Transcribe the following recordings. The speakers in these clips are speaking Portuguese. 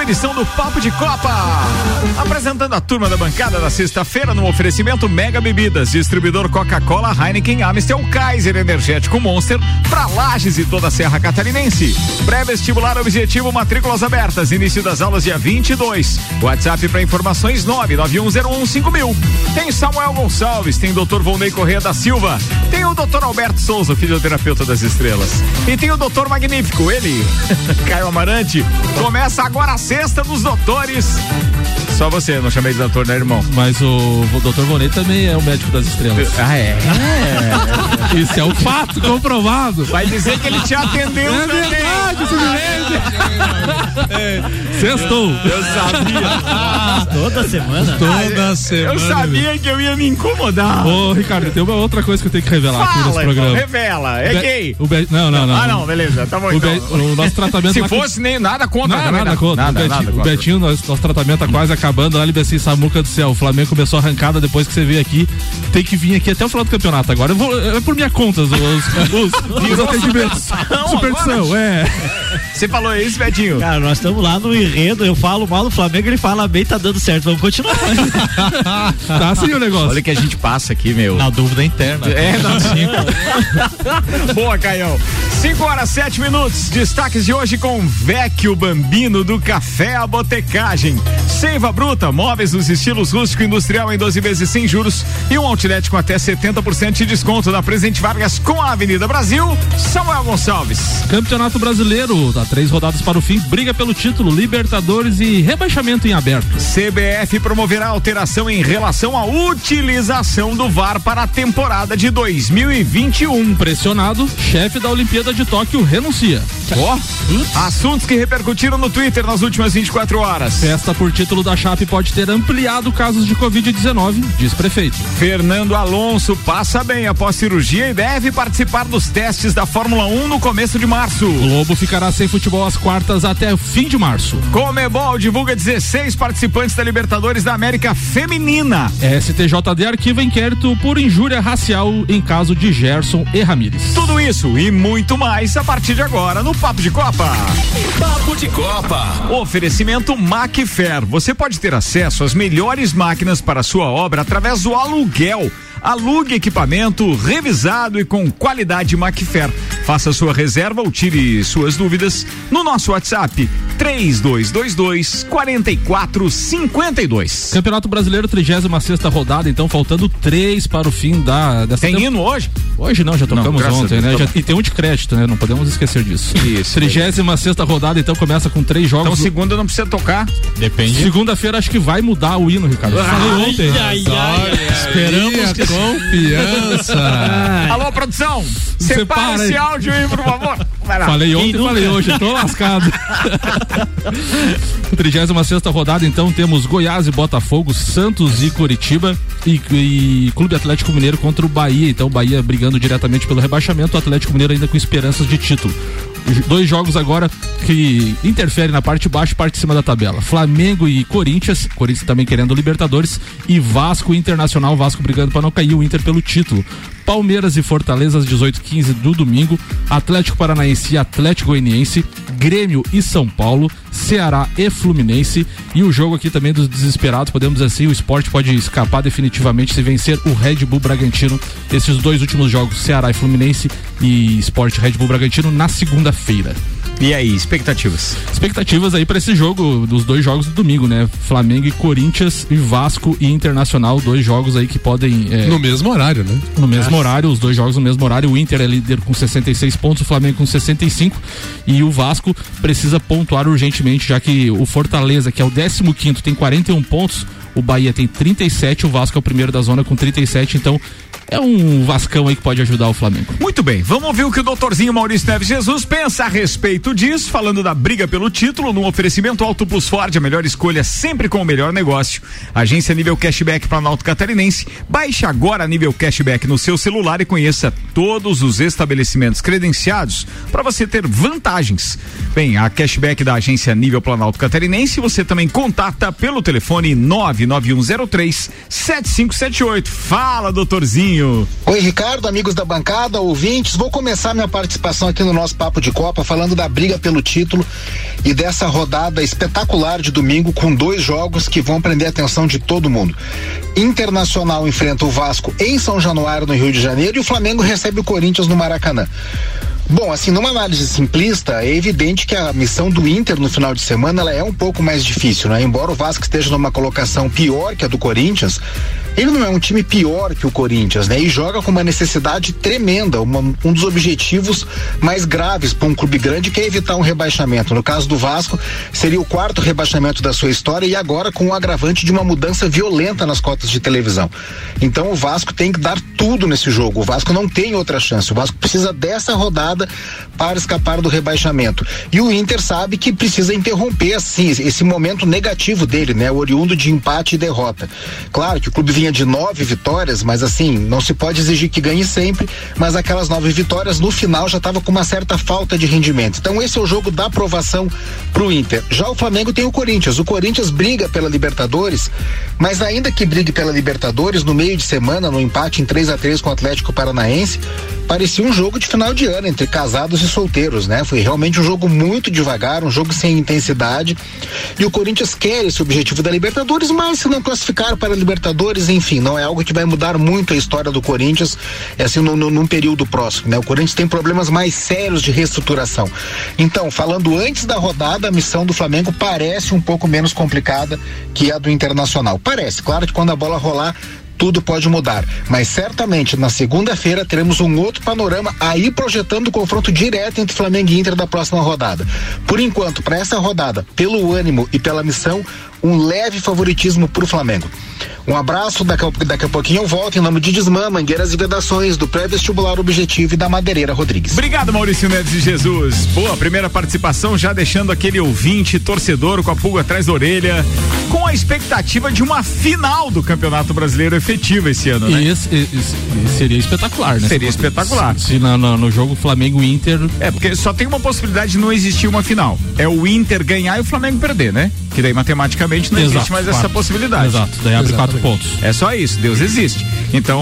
edição do Papo de Copa. Apresentando a turma da bancada da sexta-feira no oferecimento Mega Bebidas, distribuidor Coca-Cola, Heineken, Amstel, Kaiser, Energético Monster, pra Lages e toda a Serra Catarinense. Pré-vestibular Objetivo, matrículas abertas, início das aulas dia 22. WhatsApp para informações 991015000. Tem Samuel Gonçalves, tem Dr. Volney Corrêa da Silva, tem o Dr. Alberto Souza, fisioterapeuta das estrelas, e tem o Dr. Magnífico, ele, Caio Amarante. Começa agora a sexta dos doutores. Só você, não chamei de doutor, né, irmão? Mas o Dr. Volney também é o médico das estrelas. Ah, é? Isso é um fato comprovado. Vai dizer que ele te atendeu também. É verdade, Sextou. Eu sabia. Toda semana? Toda semana. Eu sabia que eu ia me incomodar. Ô, Ricardo, tem uma outra coisa que eu tenho que revelar aqui nesse programa. Irmão, revela. É gay. Não. Ah, não, beleza. Tá bom, então. O nosso tratamento... Se fosse, nem nada contra. Nada contra. O Betinho, nosso tratamento tá quase acabando. Olha, assim, Samuca do céu. O Flamengo começou a arrancada depois que você veio aqui. Tem que vir aqui até o final do campeonato agora. É por minha conta os atendimentos. Superstição, Você falou isso, Betinho? Cara, nós estamos lá no enredo. Eu falo mal do Flamengo, ele fala bem, tá dando certo. Vamos continuar. Tá assim o negócio. Olha que a gente passa aqui, meu. Na dúvida interna. Boa, Caião. 5h07. Destaques de hoje com Vecchio Bambino do Café à Botecagem. Seiva Bruta, móveis nos estilos rústico e industrial em 12 vezes sem juros e um outlet com até 70% de desconto na Presidente Vargas com a Avenida Brasil. Samuel Gonçalves. Campeonato Brasileiro, tá 3 rodadas para o fim, briga pelo título, Libertadores e rebaixamento em aberto. CBF promoverá alteração em relação à utilização do VAR para a temporada de 2021. Pressionado, chefe da Olimpíada de Tóquio renuncia. Assuntos que repercutiram no Twitter nas últimas 24 horas. Festa por título da Chape pode ter ampliado casos de Covid-19, diz prefeito. Fernando Alonso passa bem após cirurgia e deve participar dos testes da Fórmula 1 no começo de março. Globo ficará sem futebol às quartas até o fim de março. Comebol divulga 16 participantes da Libertadores da América Feminina. STJD arquiva inquérito por injúria racial em caso de Gerson e Ramírez. Tudo isso e muito mais a partir de agora no Papo de Copa. Papo de Copa. Oferecimento Macfer. Você pode ter acesso às melhores máquinas para a sua obra através do aluguel. Alugue equipamento revisado e com qualidade Macfer. Faça sua reserva ou tire suas dúvidas no nosso WhatsApp 3222-4452. Campeonato Brasileiro, 36ª rodada, então faltando 3 para o fim dessa. Tem hino hoje? Hoje não, já tocamos ontem, né? E tem um de crédito, né? Não podemos esquecer disso. Isso. 36ª rodada, então começa com 3 jogos. Então segunda não precisa tocar? Depende. Segunda-feira acho que vai mudar o hino, Ricardo. Falei ontem. Esperamos que confiança. Alô, produção, separa esse áudio aí, por favor. Falei ontem e falei hoje, tô lascado. 36ª rodada, então temos Goiás e Botafogo, Santos e Curitiba e Clube Atlético Mineiro contra o Bahia. Então Bahia brigando diretamente pelo rebaixamento, o Atlético Mineiro ainda com esperanças de título. 2 jogos agora que interferem na parte de baixo e parte de cima da tabela. Flamengo e Corinthians também querendo Libertadores, e Vasco e Internacional, Vasco brigando para não cair, o Inter pelo título. Palmeiras e Fortaleza às 18h15 do domingo, Atlético Paranaense e Atlético Goianiense, Grêmio e São Paulo, Ceará e Fluminense, e o jogo aqui também dos desesperados, podemos dizer assim, o Sport pode escapar definitivamente se vencer o Red Bull Bragantino. Esses 2 últimos jogos, Ceará e Fluminense e Sport Red Bull Bragantino, na segunda-feira. E aí, expectativas? Expectativas aí pra esse jogo, dos 2 jogos do domingo, né? Flamengo e Corinthians e Vasco e Internacional, 2 jogos aí que podem... no mesmo horário, né? No mesmo horário, os 2 jogos no mesmo horário. O Inter é líder com 66 pontos, o Flamengo com 65, e o Vasco precisa pontuar urgentemente, já que o Fortaleza, que é o 15º, tem 41 pontos, o Bahia tem 37, o Vasco é o primeiro da zona com 37, então é um Vascão aí que pode ajudar o Flamengo. Muito bem, vamos ouvir o que o doutorzinho Maurício Neves Jesus pensa a respeito disso, falando da briga pelo título, no oferecimento Auto Plus Ford, a melhor escolha sempre com o melhor negócio. Agência Nível Cashback Planalto Catarinense. Baixe agora a Nível Cashback no seu celular e conheça todos os estabelecimentos credenciados para você ter vantagens. Bem, a cashback da Agência Nível Planalto Catarinense você também contata pelo telefone 9 99103-7578. Fala, doutorzinho. Oi, Ricardo, amigos da bancada, ouvintes. Vou começar minha participação aqui no nosso Papo de Copa falando da briga pelo título e dessa rodada espetacular de domingo com 2 jogos que vão prender a atenção de todo mundo. Internacional enfrenta o Vasco em São Januário, no Rio de Janeiro, e o Flamengo recebe o Corinthians no Maracanã. Bom, assim, numa análise simplista, é evidente que a missão do Inter no final de semana ela é um pouco mais difícil, né? Embora o Vasco esteja numa colocação pior que a do Corinthians, ele não é um time pior que o Corinthians, né? E joga com uma necessidade tremenda, um dos objetivos mais graves para um clube grande, que é evitar um rebaixamento. No caso do Vasco, seria o 4º rebaixamento da sua história e agora com o agravante de uma mudança violenta nas cotas de televisão. Então o Vasco tem que dar tudo nesse jogo. O Vasco não tem outra chance. O Vasco precisa dessa rodada para escapar do rebaixamento. E o Inter sabe que precisa interromper, assim, esse momento negativo dele, né? O oriundo de empate e derrota. Claro que o clube vinha de 9 vitórias, mas assim, não se pode exigir que ganhe sempre, mas aquelas 9 vitórias no final já estava com uma certa falta de rendimento. Então esse é o jogo da aprovação pro Inter. Já o Flamengo tem o Corinthians. O Corinthians briga pela Libertadores, mas ainda que brigue pela Libertadores, no meio de semana, no empate em 3-3 com o Atlético Paranaense, parecia um jogo de final de ano entre casados e solteiros, né? Foi realmente um jogo muito devagar, um jogo sem intensidade, e o Corinthians quer esse objetivo da Libertadores, mas se não classificar para a Libertadores, enfim, não é algo que vai mudar muito a história do Corinthians, assim, num período próximo, né? O Corinthians tem problemas mais sérios de reestruturação. Então, falando antes da rodada, a missão do Flamengo parece um pouco menos complicada que a do Internacional. Parece, claro que quando a bola rolar, tudo pode mudar, mas certamente na segunda-feira teremos um outro panorama aí projetando o confronto direto entre Flamengo e Inter da próxima rodada. Por enquanto, para essa rodada, pelo ânimo e pela missão, um leve favoritismo pro Flamengo. Um abraço, daqui a pouquinho eu volto em nome de Desmã, Mangueiras e Vedações, do Pré-Vestibular Objetivo e da Madeireira Rodrigues. Obrigado, Maurício Neves de Jesus. Boa, primeira participação, já deixando aquele ouvinte, torcedor com a pulga atrás da orelha, com a expectativa de uma final do Campeonato Brasileiro efetiva esse ano, né? E esse seria espetacular, né? Seria espetacular. Se no jogo Flamengo e Inter... É, porque só tem uma possibilidade de não existir uma final. É o Inter ganhar e o Flamengo perder, né? Que daí matematicamente não existe mais essa possibilidade. Exato, daí abre 4 pontos. É só isso, Deus existe. Então,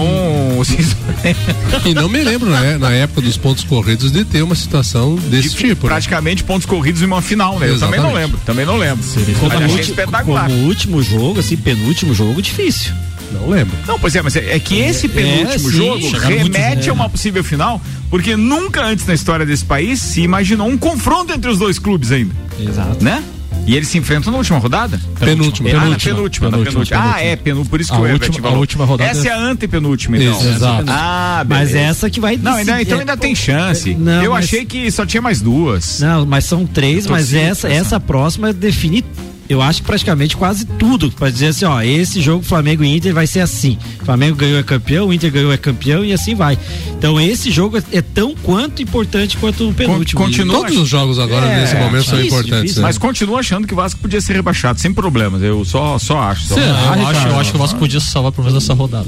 e não me lembro, né, na época dos pontos corridos, de ter uma situação desse tipo. Praticamente, né? Pontos corridos em uma final, né? Exatamente. Eu também não lembro. Achei espetacular. Como último jogo, assim, penúltimo jogo, difícil. Não lembro. Não, pois é, mas é que esse penúltimo jogo remete a uma possível final, porque nunca antes na história desse país se imaginou um confronto entre os dois clubes ainda. Exato. Né? E eles se enfrentam na última rodada? Penúltima. Ah, é, por isso que o Everton falou. A última rodada. Essa é a antepenúltima, então. Isso, exato. Ah, beleza. Mas essa que vai... Não, ainda tem chance. Não, eu achei que só tinha mais 2. Não, mas são 3, mas essa próxima define, eu acho que praticamente quase tudo, para dizer assim, ó, esse jogo Flamengo e Inter vai ser assim, Flamengo ganhou é campeão, o Inter ganhou é campeão e assim vai. Então esse jogo é tão quanto importante quanto o penúltimo. Todos os jogos agora nesse momento são importantes. Difícil, mas continuo achando que o Vasco podia ser rebaixado sem problemas, eu só acho. Eu acho que o Vasco podia se salvar por menos dessa rodada.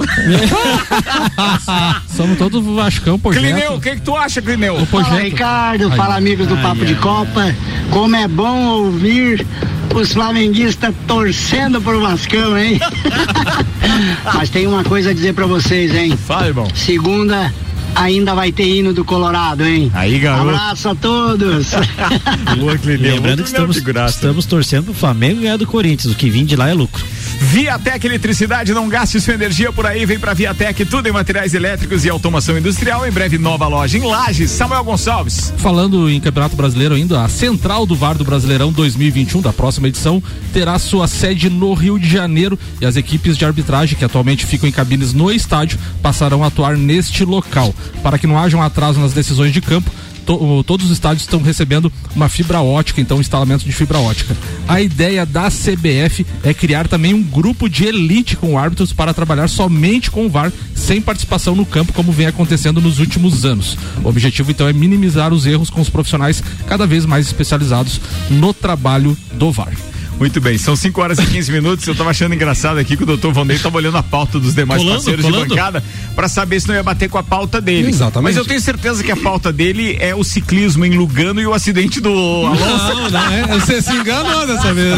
Somos todos Vascão, projeto. Clineu, o que tu acha, Clineu? Fala, Ricardo, fala amigos do Papo de Copa, como é bom ouvir os flamenguistas torcendo pro Vascão, hein? Mas tem uma coisa a dizer pra vocês, hein? Fala, irmão. Segunda ainda vai ter hino do Colorado, hein? Aí, garoto. Abraço a todos. Boa, Clineu. Lembrando que estamos torcendo pro Flamengo ganhar do Corinthians, o que vem de lá é lucro. Viatec Eletricidade, não gaste sua energia por aí, vem pra Viatec, tudo em materiais elétricos e automação industrial, em breve nova loja em Lages. Samuel Gonçalves. Falando em Campeonato Brasileiro ainda, a Central do VAR do Brasileirão 2021, da próxima edição, terá sua sede no Rio de Janeiro e as equipes de arbitragem, que atualmente ficam em cabines no estádio, passarão a atuar neste local. Para que não haja um atraso nas decisões de campo, todos os estádios estão recebendo uma fibra ótica, então instalamento de fibra ótica. A ideia da CBF é criar também um grupo de elite com árbitros para trabalhar somente com o VAR, sem participação no campo, como vem acontecendo nos últimos anos. O objetivo então é minimizar os erros com os profissionais cada vez mais especializados no trabalho do VAR. Muito bem, são 5 horas e 15 minutos. Eu tava achando engraçado aqui que o doutor Vanderlei tava olhando a pauta dos demais parceiros de bancada pra saber se não ia bater com a pauta dele. Exatamente. Mas eu tenho certeza que a pauta dele é o ciclismo em Lugano e o acidente do Alonso. Não, você se enganou dessa vez.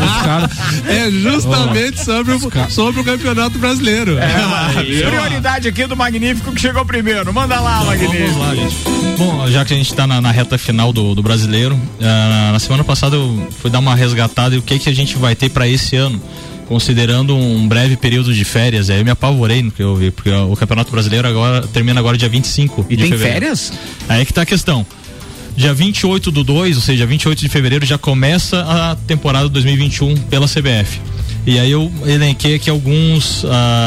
É justamente sobre o Campeonato Brasileiro. Prioridade aqui do Magnífico que chegou primeiro. Manda lá, Magnífico. Vamos lá, gente. Bom, já que a gente tá na reta final do Brasileiro, na semana passada eu fui dar uma resgatada e o que a gente vai ter pra esse ano, considerando um breve período de férias. Aí eu me apavorei no que eu vi, porque o Campeonato Brasileiro termina agora dia 25 e de tem fevereiro. Férias? Aí que tá a questão. Dia 28/2, ou seja, 28 de fevereiro, já começa a temporada 2021 pela CBF. E aí eu elenquei aqui algumas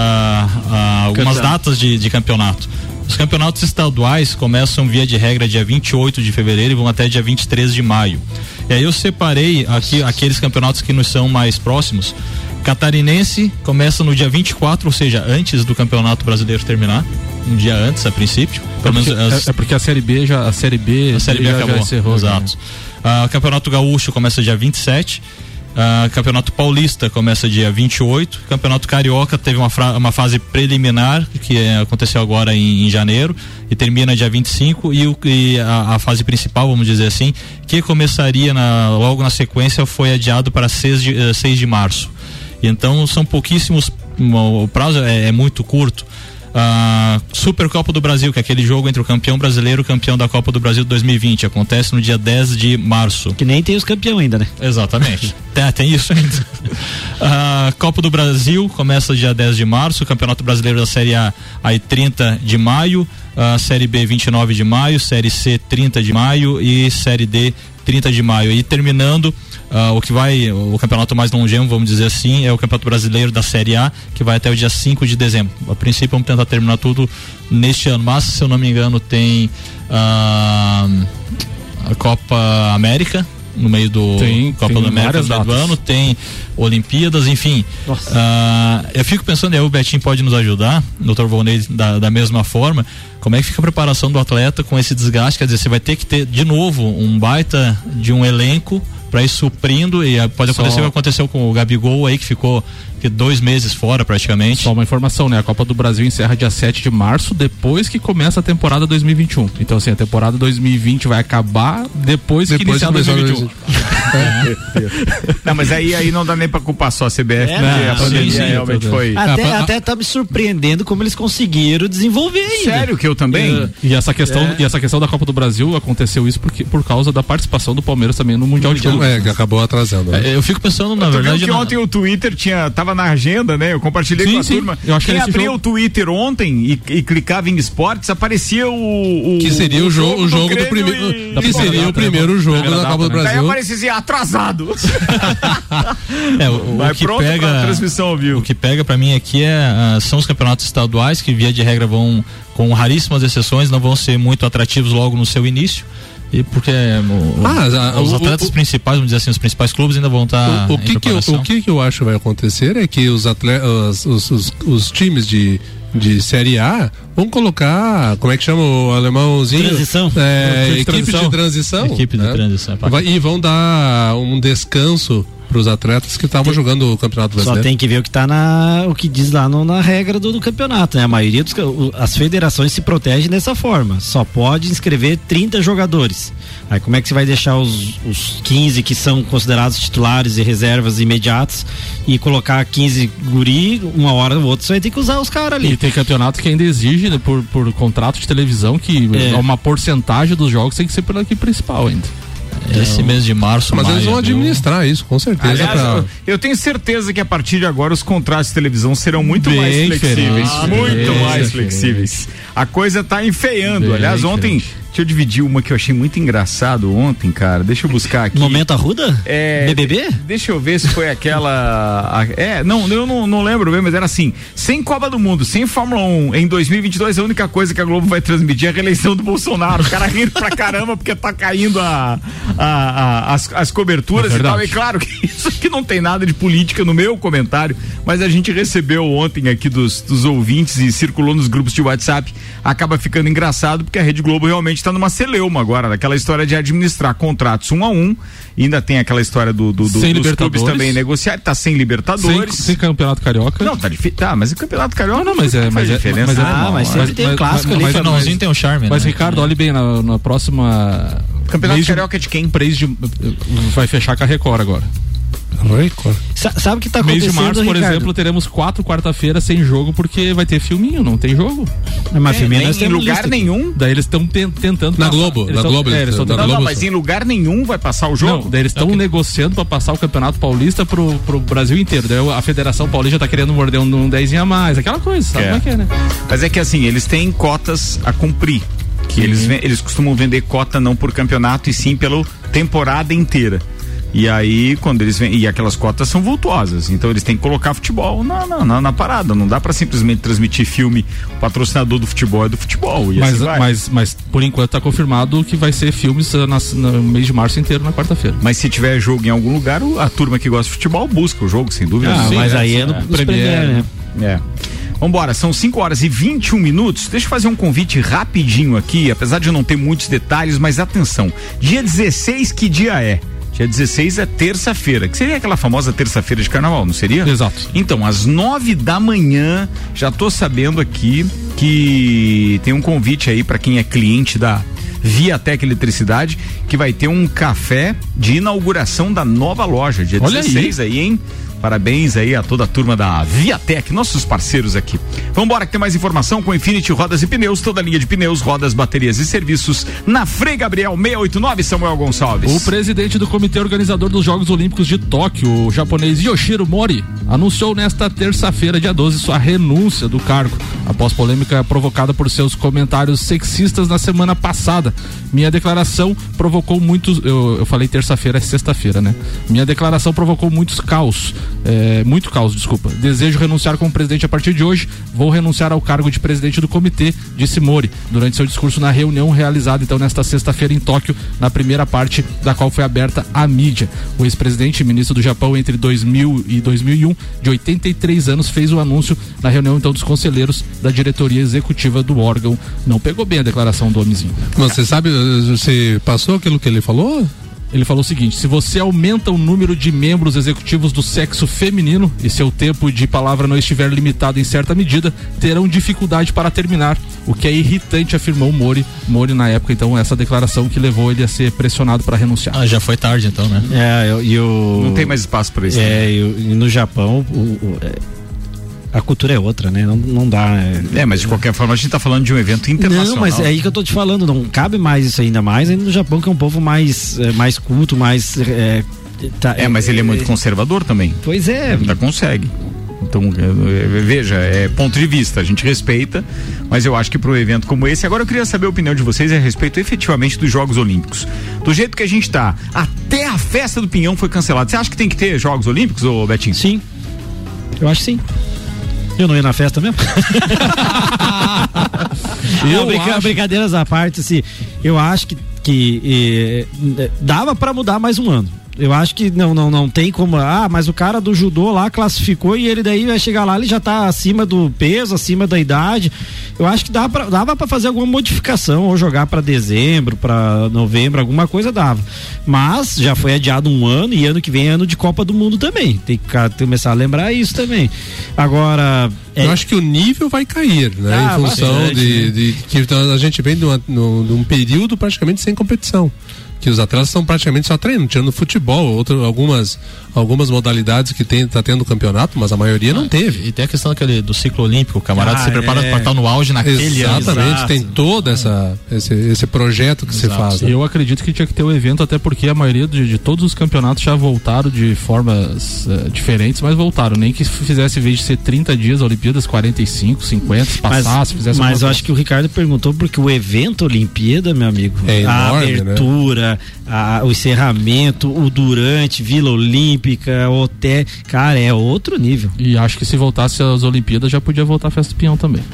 datas de campeonato. Os campeonatos estaduais começam via de regra dia 28 de fevereiro e vão até dia 23 de maio. E aí eu separei aqui aqueles campeonatos que nos são mais próximos. Catarinense começa no dia 24, ou seja, antes do Campeonato Brasileiro terminar, um dia antes, a princípio. Porque a Série B já acabou. Já encerrou. Exato. Campeonato Gaúcho começa dia 27. Campeonato Paulista começa dia 28. Campeonato Carioca teve uma fase preliminar que aconteceu agora em janeiro e termina dia 25 e a fase principal, vamos dizer assim, que começaria logo na sequência, foi adiado para 6 de março. Então são pouquíssimos, o prazo é muito curto. Supercopa do Brasil, que é aquele jogo entre o campeão brasileiro e o campeão da Copa do Brasil de 2020, acontece no dia 10 de março. Que nem tem os campeões ainda, né? Exatamente. Tem isso ainda. Copa do Brasil começa dia 10 de março, o Campeonato Brasileiro da Série A aí 30 de maio, Série B 29 de maio, Série C 30 de maio e Série D 30 de maio. E terminando o campeonato mais longevo, vamos dizer assim, é o Campeonato Brasileiro da Série A, que vai até o dia 5 de dezembro. A princípio vamos tentar terminar tudo neste ano, mas se eu não me engano tem a Copa América no meio do Copa do América no meio do ano, tem Olimpíadas, enfim. Eu fico pensando, e aí o Betinho pode nos ajudar, o Dr. Volney da mesma forma, como é que fica a preparação do atleta com esse desgaste? Quer dizer, você vai ter que ter de novo um baita de um elenco para ir suprindo, e pode acontecer o que aconteceu com o Gabigol aí, que ficou 2 meses fora praticamente. Só uma informação, né? A Copa do Brasil encerra dia 7 de março, depois que começa a temporada 2021. Então, assim, a temporada 2020 vai acabar depois que iniciar 2021. Não, mas aí não dá nem pra culpar só a CBF, né? A pandemia realmente foi. Até tá me surpreendendo como eles conseguiram desenvolver ainda. Sério, que eu também? E essa questão da Copa do Brasil aconteceu isso por causa da participação do Palmeiras também no Mundial de Clubes. Que acabou atrasando. Né? Eu fico pensando, na verdade. Que ontem o Twitter tava na agenda, né? Eu compartilhei com a turma. Quem abria o Twitter ontem e clicava em esportes, aparecia o que seria o jogo do primeiro. Que seria o primeiro jogo da Copa do Brasil. Aí aparecia assim, atrasado. O que pega. Transmissão ao vivo. O que pega pra mim aqui são os campeonatos estaduais, que via de regra vão, com raríssimas exceções, não vão ser muito atrativos logo no seu início. E porque os atletas principais, vamos dizer assim, os principais clubes ainda vão estar o que eu acho que vai acontecer é que os times de Série A vão colocar, como é que chama o alemãozinho? Transição. Equipe de transição. Equipe de transição. E vão dar um descanso para os atletas que estavam jogando o Campeonato Brasileiro. Só tem que ver o que tá o que diz lá na regra do campeonato, né? A maioria as federações se protegem dessa forma. Só pode inscrever 30 jogadores. Aí como é que você vai deixar os 15 que são considerados titulares e reservas imediatas e colocar 15 guri, uma hora ou outra você vai ter que usar os caras ali. E tem campeonato que ainda exige, né, por contrato de televisão, que uma porcentagem dos jogos tem que ser pela equipe principal ainda. Esse mês de março, mas eles vão administrar isso, com certeza. Aliás, eu tenho certeza que a partir de agora os contratos de televisão serão muito mais flexíveis. Mais flexíveis. A coisa tá enfeiando. Aliás, ontem, deixa eu dividir uma que eu achei muito engraçado ontem, cara. Deixa eu buscar aqui. Momento Arruda? BBB? Deixa eu ver se foi aquela. Eu não lembro bem, mas era assim: sem Copa do Mundo, sem Fórmula 1, em 2022, a única coisa que a Globo vai transmitir é a reeleição do Bolsonaro. O cara rindo pra caramba porque tá caindo as coberturas e tal. E claro que isso aqui não tem nada de política no meu comentário, mas a gente recebeu ontem aqui dos ouvintes e circulou nos grupos de WhatsApp. Acaba ficando engraçado porque a Rede Globo realmente está numa celeuma agora, daquela história de administrar contratos 1 a 1, e ainda tem aquela história dos clubes também negociar, tá sem Libertadores. Sem Campeonato Carioca. Não, tá difícil. Tá, mas o Campeonato Carioca não faz diferença. Mas sempre tem um clássico ali. Mas o finalzinho tem um charme, Mas né? Ricardo, olhe bem, na próxima... Campeonato Carioca é de quem? Vai fechar com a Record agora. Sabe o que tá acontecendo, mês de março, por Ricardo? exemplo, teremos 4 quarta-feiras sem jogo, porque vai ter filminho, não tem jogo. Mas filminho nem em lugar nenhum. Daí eles estão tentando na Globo. Não, mas em lugar nenhum vai passar o jogo. Não, daí eles estão negociando pra passar o Campeonato Paulista pro Brasil inteiro. Daí a Federação Paulista tá querendo morder um 10 a mais, aquela coisa, sabe como é que é, né? Mas é que assim, eles têm cotas a cumprir. Que eles costumam vender cota não por campeonato, e sim pela temporada inteira. E aí, quando eles vêm, e aquelas cotas são vultuosas, então eles têm que colocar futebol na parada, não dá pra simplesmente transmitir filme, o patrocinador do futebol é do futebol. E mas por enquanto tá confirmado que vai ser filmes no mês de março inteiro, na quarta-feira. Mas se tiver jogo em algum lugar, a turma que gosta de futebol busca o jogo, sem dúvida. Mas aí é no Premier, né? Vambora, são 5h21. Deixa eu fazer um convite rapidinho aqui, apesar de eu não ter muitos detalhes, mas atenção, dia 16, que dia é? Dia 16 é terça-feira, que seria aquela famosa terça-feira de carnaval, não seria? Exato. Então, às 9 da manhã, já tô sabendo aqui que tem um convite aí para quem é cliente da Viatec Eletricidade, que vai ter um café de inauguração da nova loja, dia 16 aí, hein? Parabéns aí a toda a turma da Viatec, nossos parceiros aqui. Vambora que tem mais informação com Infinity Rodas e Pneus, toda a linha de pneus, rodas, baterias e serviços na Frei Gabriel 689, Samuel Gonçalves. O presidente do comitê organizador dos Jogos Olímpicos de Tóquio, o japonês Yoshiro Mori, anunciou nesta terça-feira, dia 12, sua renúncia do cargo, após polêmica provocada por seus comentários sexistas na semana passada. Minha declaração provocou muitos, eu falei terça-feira, é sexta-feira, né? Minha declaração provocou muito caos, desculpa. Desejo renunciar como presidente a partir de hoje. Vou renunciar ao cargo de presidente do comitê, disse Mori, durante seu discurso na reunião realizada então nesta sexta-feira em Tóquio, na primeira parte da qual foi aberta à mídia. O ex-presidente e ministro do Japão entre 2000 e 2001, de 83 anos, fez o anúncio na reunião então dos conselheiros da diretoria executiva do órgão. Não pegou bem a declaração do homenzinho. Você sabe, você passou aquilo que ele falou? Ele falou o seguinte: se você aumenta o número de membros executivos do sexo feminino e seu tempo de palavra não estiver limitado em certa medida, terão dificuldade para terminar, o que é irritante, afirmou Mori na época, então, essa declaração que levou ele a ser pressionado para renunciar. Já foi tarde então, né? Não tem mais espaço para isso. E no Japão a cultura é outra, né? Não dá. Mas de qualquer forma a gente tá falando de um evento internacional. Não, mas é aí que eu tô te falando, não cabe mais isso ainda mais no Japão, que é um povo mais culto, mais... mas ele é muito conservador também. Pois é. Ainda consegue. Então, veja, é ponto de vista, a gente respeita, mas eu acho que para um evento como esse, agora eu queria saber a opinião de vocês a respeito efetivamente dos Jogos Olímpicos. Do jeito que a gente tá, até a festa do Pinhão foi cancelada. Você acha que tem que ter Jogos Olímpicos, ô Betinho? Sim. Eu acho que sim. Eu não ia na festa mesmo? Brincadeiras à parte, assim, eu acho que dava pra mudar mais um ano. Eu acho que não tem como, mas o cara do judô lá classificou e ele daí vai chegar lá, ele já tá acima do peso, acima da idade. Eu acho que dava pra fazer alguma modificação, ou jogar pra dezembro, pra novembro, alguma coisa dava. Mas já foi adiado um ano, e ano que vem é ano de Copa do Mundo também. Tem que começar a lembrar isso também. Agora... Eu acho que o nível vai cair, né? Em função de que a gente vem de um período praticamente sem competição. Que os atletas estão praticamente só treinando, tirando futebol, algumas modalidades que tá tendo campeonato, mas a maioria não teve. E tem a questão do ciclo olímpico, o camarada se prepara para estar no auge naquele ano. Exatamente, tem todo esse projeto que se faz. Né? Eu acredito que tinha que ter o evento, até porque a maioria de todos os campeonatos já voltaram de formas diferentes, mas voltaram. Nem que fizesse, em vez de ser 30 dias, Olimpíadas, 45, 50, passasse, fizesse. Mas eu acho que o Ricardo perguntou porque o evento Olimpíada, meu amigo, é enorme, a abertura, né? O encerramento, durante, Vila Olímpica, hotel, cara, é outro nível. E acho que se voltasse às Olimpíadas já podia voltar a Festa do Pinhão também.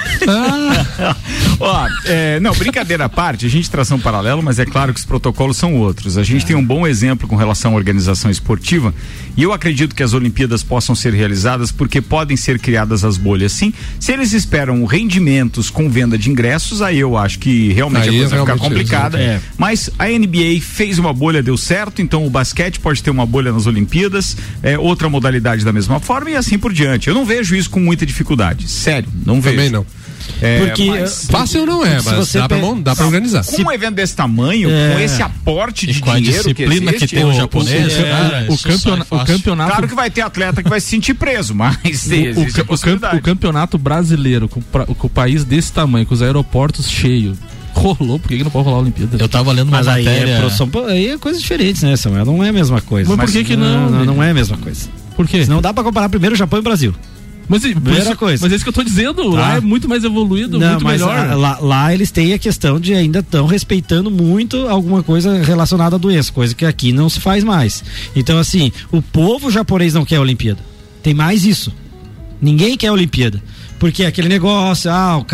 Ó, não, brincadeira à parte, a gente traça um paralelo, mas é claro que os protocolos são outros. A gente tem um bom exemplo com relação à organização esportiva e eu acredito que as Olimpíadas possam ser realizadas porque podem ser criadas as bolhas, sim. Se eles esperam rendimentos com venda de ingressos, aí eu acho que realmente aí a coisa vai ficar complicada. Mas a NBA fez uma bolha, deu certo, então o basquete pode ter uma bolha nas Olimpíadas, outra modalidade da mesma forma e assim por diante. Eu não vejo isso com muita dificuldade, sério, não vejo. Também não. Porque fácil não é, mas dá pra organizar. Com um evento desse tamanho, com esse aporte de com a dinheiro disciplina que tem o japonês, o campeonato. Claro que vai ter atleta que vai se sentir preso, mas existe a possibilidade. O campeonato brasileiro, com o país desse tamanho, com os aeroportos cheios, rolou, por que não pode rolar a Olimpíada? Eu tava lendo uma matéria. Aí é coisas diferentes, né, Samuel? Não é a mesma coisa. Mas por que não? Não é a mesma coisa. Por quê? Não dá pra comparar primeiro o Japão e o Brasil. Mas é isso que eu tô dizendo, tá. Lá é muito mais evoluído, muito melhor. Lá eles têm a questão de ainda estão respeitando muito alguma coisa relacionada à doença, coisa que aqui não se faz mais. Então, assim, o povo japonês não quer a Olimpíada. Tem mais isso. Ninguém quer a Olimpíada. Porque aquele negócio,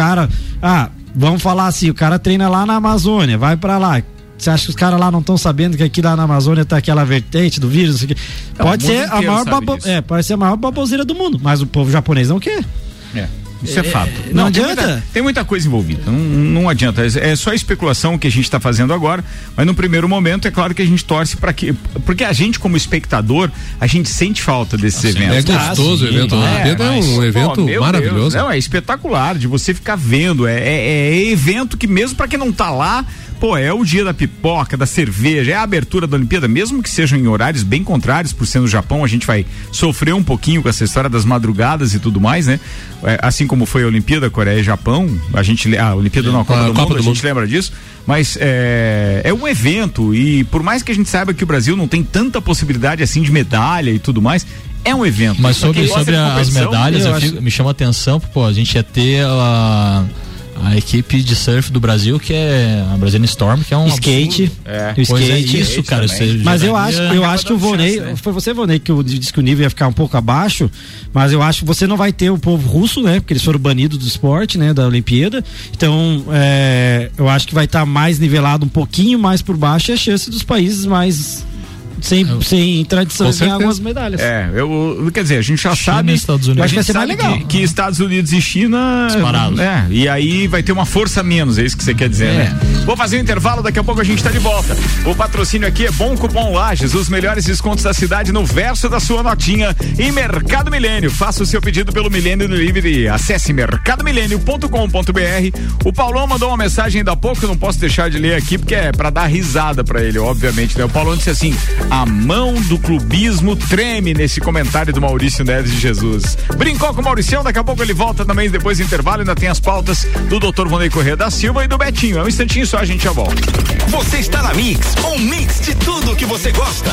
vamos falar assim, o cara treina lá na Amazônia, vai pra lá. Você acha que os caras lá não estão sabendo que aqui lá na Amazônia tá aquela vertente do vírus? Pode ser a maior baboseira do mundo, mas o povo japonês não quer. Isso é fato. Não adianta. Tem muita coisa envolvida. Não adianta. É só especulação que a gente está fazendo agora. Mas no primeiro momento, é claro que a gente torce para que. Porque a gente, como espectador, a gente sente falta desses eventos. É gostoso o evento. É um evento maravilhoso. Deus, não, é espetacular de você ficar vendo. É evento que, mesmo para quem não tá lá, é o dia da pipoca, da cerveja, é a abertura da Olimpíada, mesmo que sejam em horários bem contrários, por ser no Japão, a gente vai sofrer um pouquinho com essa história das madrugadas e tudo mais, né? Assim como foi a Olimpíada, Coreia e Japão, a Olimpíada não, a Copa do Mundo, a gente lembra disso, mas é um evento e por mais que a gente saiba que o Brasil não tem tanta possibilidade assim de medalha e tudo mais, é um evento. Mas sobre as medalhas, me chama a atenção, a gente ia ter a equipe de surf do Brasil, que é a Brazilian Storm, que é um skate. O skate, isso, cara. Mas eu acho que o Vonei, foi você, Vonei, que disse que o nível ia ficar um pouco abaixo, mas eu acho que você não vai ter o povo russo, né? Porque eles foram banidos do esporte, né? Da Olimpíada. Então, eu acho que vai estar mais nivelado um pouquinho mais por baixo e a chance dos países mais sem tradição de ganhar algumas medalhas. Quer dizer, a gente já China sabe. Estados Unidos. Acho que vai ser mais legal. Que Estados Unidos e China. Disparados. E aí vai ter uma força a menos, é isso que você quer dizer, né? Vou fazer um intervalo, daqui a pouco a gente tá de volta. O patrocínio aqui é Bom Cupom Lages, os melhores descontos da cidade no verso da sua notinha e Mercado Milênio. Faça o seu pedido pelo Milênio Delivery. Acesse mercadomilênio.com.br. O Paulão mandou uma mensagem ainda há pouco, eu não posso deixar de ler aqui porque é pra dar risada pra ele, obviamente, né? O Paulão disse assim: a mão do clubismo treme nesse comentário do Maurício Neves de Jesus. Brincou com o Mauricião, daqui a pouco ele volta também depois do intervalo, ainda tem as pautas do Dr. Vonei Corrêa da Silva e do Betinho. É um instantinho só, a gente já volta. Você está na Mix, um mix de tudo que você gosta.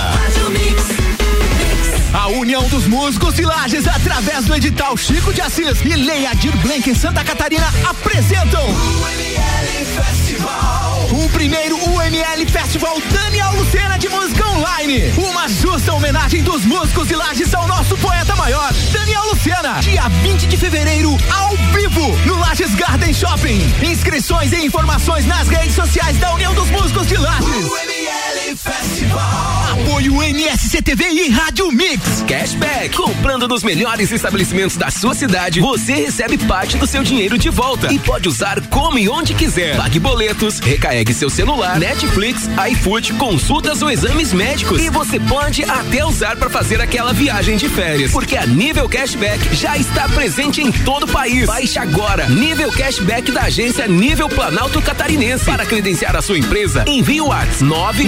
A União dos Músicos de Lages, através do edital Chico de Assis e Lei Adir Blanc em Santa Catarina, apresentam o UML Festival. O primeiro UML Festival Daniel Lucena de Música Online. Uma justa homenagem dos músicos de Lages ao nosso poeta maior, Daniel Lucena. Dia 20 de fevereiro, ao vivo, no Lages Garden Shopping. Inscrições e informações nas redes sociais da União dos Músicos de Lages. UML Festival. Apoio MSCTV e Rádio Mix. Cashback. Comprando nos melhores estabelecimentos da sua cidade, você recebe parte do seu dinheiro de volta e pode usar como e onde quiser. Pague boletos, recarregue seu celular, Netflix, iFood, consultas ou exames médicos. E você pode até usar para fazer aquela viagem de férias. Porque a Nível Cashback já está presente em todo o país. Baixe agora Nível Cashback da agência Nível Planalto Catarinense. Para credenciar a sua empresa, envie o WhatsApp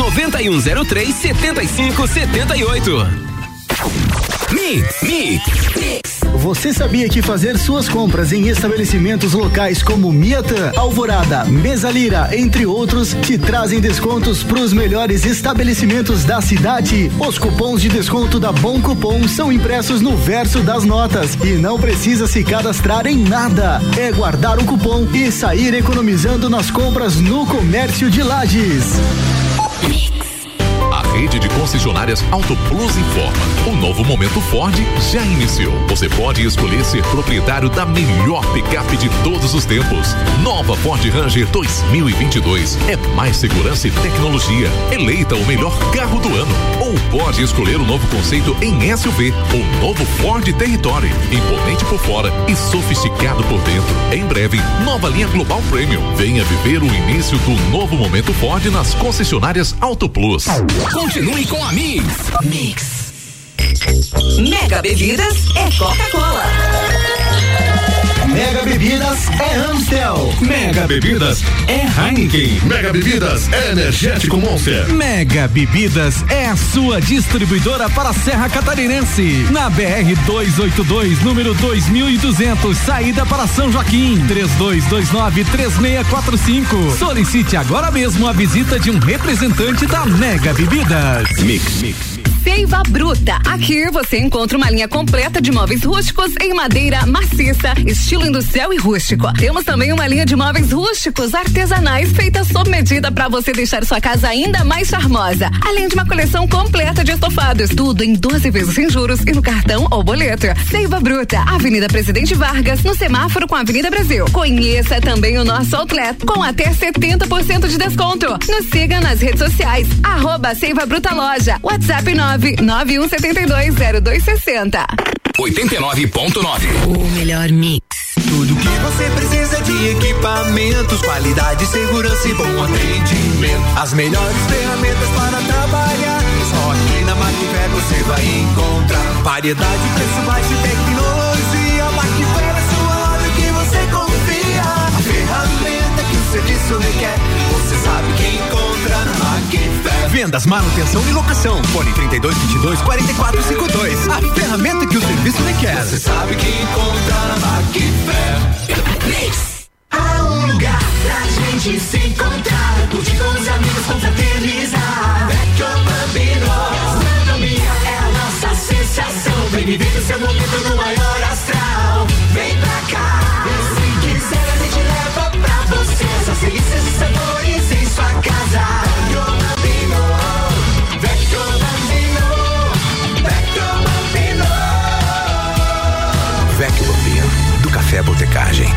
99103-7578. Mix. Você sabia que fazer suas compras em estabelecimentos locais como Miatã, Alvorada, Mesa Lira, entre outros, te trazem descontos para os melhores estabelecimentos da cidade? Os cupons de desconto da Bom Cupom são impressos no verso das notas e não precisa se cadastrar em nada. É guardar o cupom e sair economizando nas compras no comércio de Lages. rede de concessionárias Auto Plus informa: o novo momento Ford já iniciou. Você pode escolher ser proprietário da melhor picape de todos os tempos. Nova Ford Ranger 2022 é mais segurança e tecnologia. Eleita o melhor carro do ano. Ou pode escolher o novo conceito em SUV, o novo Ford Territory, imponente por fora e sofisticado por dentro. Em breve, nova linha Global Premium. Venha viver o início do novo momento Ford nas concessionárias Auto Plus. Continue com a Mix. Mega Bebidas é Coca-Cola. Mega Bebidas é Amstel. Mega Bebidas é Heineken. Mega Bebidas é Energético Monster. Mega Bebidas é a sua distribuidora para a Serra Catarinense. Na BR 282, número 2200, saída para São Joaquim. 3229-3645. Solicite agora mesmo a visita de um representante da Mega Bebidas. Mix. Seiva Bruta. Aqui você encontra uma linha completa de móveis rústicos em madeira maciça, estilo industrial e rústico. Temos também uma linha de móveis rústicos artesanais feita sob medida para você deixar sua casa ainda mais charmosa. Além de uma coleção completa de estofados, tudo em 12 vezes sem juros e no cartão ou boleto. Seiva Bruta, Avenida Presidente Vargas, no semáforo com a Avenida Brasil. Conheça também o nosso outlet com até 70% de desconto. Nos siga nas redes sociais, @Seiva Bruta Loja, WhatsApp 991720260. 89.9. O melhor mix. Tudo que você precisa de equipamentos, qualidade, segurança e bom atendimento. As melhores ferramentas para trabalhar. Só aqui na Macfer você vai encontrar variedade, preço baixo e tecnologia. Macfer é sua loja que você confia. A ferramenta que o serviço requer, você sabe que encontra na Macfer. Vendas, manutenção e locação. Fone 3222-4452. A ferramenta que o serviço requer. Você sabe que encontra na Macfer. Há um lugar pra gente se encontrar, curtir com os amigos, confraternizar. Vecchio Bambino, gastronomia é a nossa sensação. Vem viver o seu momento no maior astral. Vem pra cá, e se quiser a gente leva pra você essas delícias e sabores em sua casa. Vecchio Bambino, Vecchio Bambino, Vecchio Bambino. Vecchio Bambino, do Café Botecagem.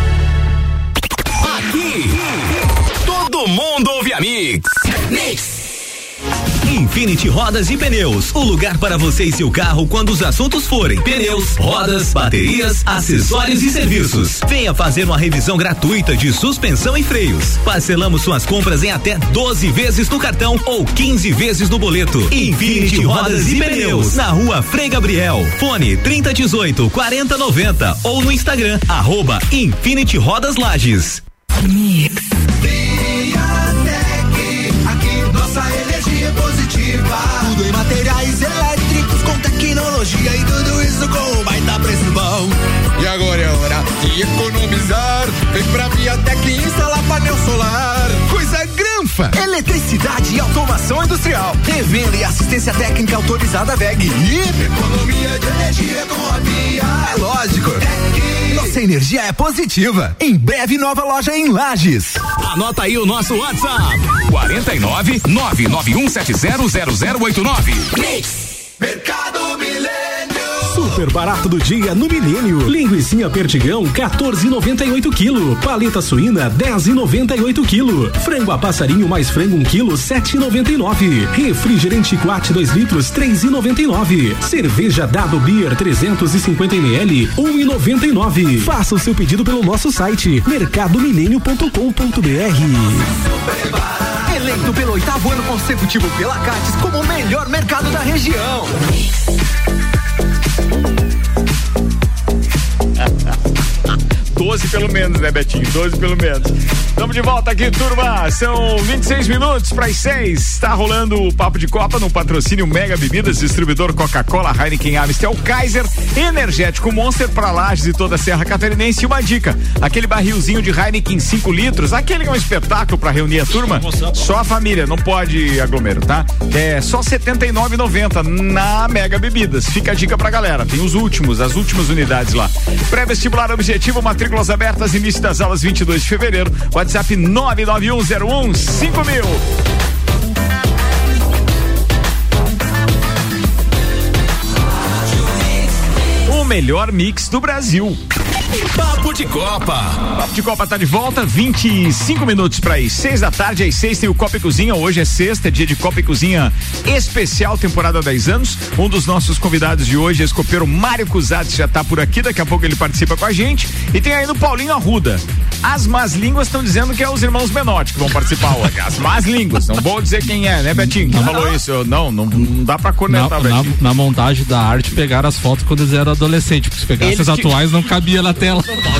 Aqui, todo mundo ouve a Mix. Infinity Rodas e Pneus, o lugar para você e seu carro quando os assuntos forem pneus, rodas, baterias, acessórios e serviços. Venha fazer uma revisão gratuita de suspensão e freios. Parcelamos suas compras em até 12 vezes no cartão ou 15 vezes no boleto. Infinity Rodas e Pneus, na Rua Frei Gabriel. Fone 3018-4090 ou no Instagram @Infinity Rodas Lages. Mix. Tudo em materiais elétricos com tecnologia e tudo isso com um baita preço bom. E agora é hora de economizar. Vem pra Viatec e instalar painel solar. Coisa granfa. Eletricidade e automação industrial. Revenda e assistência técnica autorizada VEG. E economia de energia com a Via. É lógico. Nossa energia é positiva. Em breve, nova loja em Lages. Anota aí o nosso WhatsApp: 49-991700089. Mercado Milênio. Super barato do dia no Milênio. Linguicinha perdigão 14,98 kg. Paleta suína 10,98 kg. Frango a passarinho mais frango 1 kg 7,99. Refrigerante Quat 2 litros 3,99. Cerveja Dado Beer 350 ml 1,99. Faça o seu pedido pelo nosso site mercadomilênio.com.br. Eleito pelo 8º ano consecutivo pela Cates como o melhor mercado da região. 12 pelo menos, né, Betinho? 12 pelo menos. Estamos de volta aqui, turma. São 26 minutos para as 6. Está rolando o Papo de Copa no patrocínio Mega Bebidas, distribuidor Coca-Cola, Heineken, Amstel, Kaiser, Energético Monster para Lages e toda a Serra Catarinense. E uma dica: aquele barrilzinho de Heineken 5 litros, aquele que é um espetáculo para reunir a turma, só a família, não pode aglomero, tá? É só R$ 79,90 na Mega Bebidas. Fica a dica pra galera. Tem as últimas unidades lá. Pré-vestibular objetivo, matrículas abertas, início das aulas 22 de fevereiro. WhatsApp 991015000. melhor mix do Brasil. Papo de Copa. Papo de Copa tá de volta, 25 minutos para as 6 da tarde. Às 6 tem o Copa e Cozinha. Hoje é sexta, é dia de Copa e Cozinha especial, temporada 10 anos. Um dos nossos convidados de hoje, ex-copeiro Mário Cusatz, já tá por aqui. Daqui a pouco ele participa com a gente. E tem ainda o Paulinho Arruda. As más línguas estão dizendo que é os irmãos Menotti que vão participar hoje. As más línguas. Não vou dizer quem é, né, Betinho? Quem falou isso? Não dá pra cornetar, Betinho. Na montagem da arte, pegaram as fotos quando eles eram adolescentes, porque se pegasse as atuais não cabia na tela.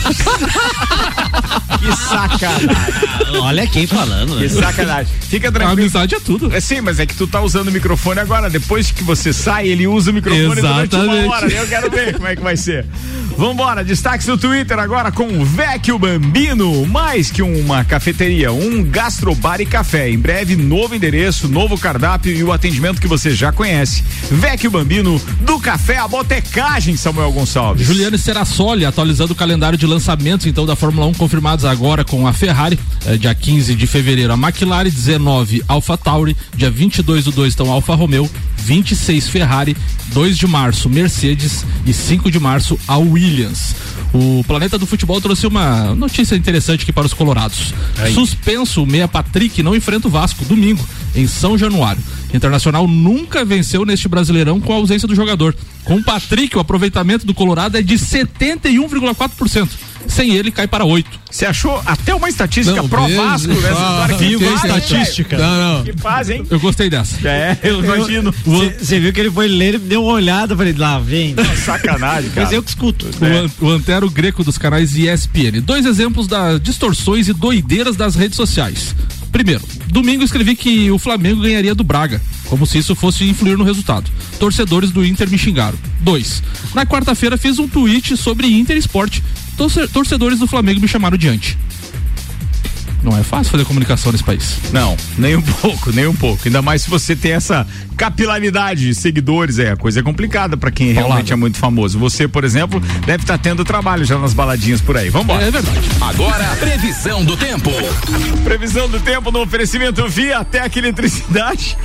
Que sacanagem. Olha quem falando, né? Que sacanagem. Fica tranquilo. A amizade é tudo. Sim, mas é que tu tá usando o microfone agora. Depois que você sai, ele usa o microfone durante uma hora. Eu quero ver como é que vai ser. Vambora, destaques do Twitter agora com o Vecchio Bambino. Mais que uma cafeteria, um gastrobar e café. Em breve, novo endereço, novo cardápio e o atendimento que você já conhece. Vecchio Bambino, do café à botecagem, Samuel Gonçalves. Juliano Serassoli atualizando o calendário de lançamentos então da Fórmula 1, confirmados agora com a Ferrari, dia 15 de fevereiro a McLaren, 19 AlphaTauri, dia 22/2 então Alfa Romeo, 26 Ferrari, 2 de março Mercedes e 5 de março a Williams. O Planeta do Futebol trouxe uma notícia interessante aqui para os colorados. Suspenso, o meia Patrick não enfrenta o Vasco domingo em São Januário. Internacional nunca venceu neste Brasileirão com a ausência do jogador. Com o Patrick, o aproveitamento do Colorado é de 71,4%. Sem ele, cai para 8%. Você achou até uma estatística pro Vasco nessa história? Que estatística. Não. Que faz, hein? Eu gostei dessa. Eu imagino. Você viu que ele foi ler, ele deu uma olhada, falei, lá vem. Sacanagem, cara. Mas eu que escuto. O Antero Greco dos canais ESPN. 2 exemplos das distorções e doideiras das redes sociais. Primeiro, domingo escrevi que o Flamengo ganharia do Braga, como se isso fosse influir no resultado. Torcedores do Inter me xingaram. 2. Na quarta-feira fiz um tweet sobre Inter Esporte. Torcedores do Flamengo me chamaram de anti. Não é fácil fazer comunicação nesse país. Não, nem um pouco. Ainda mais se você tem essa capilaridade de seguidores, a coisa é complicada pra quem realmente é muito famoso. Você, por exemplo, deve estar tendo trabalho já nas baladinhas por aí. Vambora. É verdade. Agora, previsão do tempo. Previsão do tempo no oferecimento Viatec Eletricidade.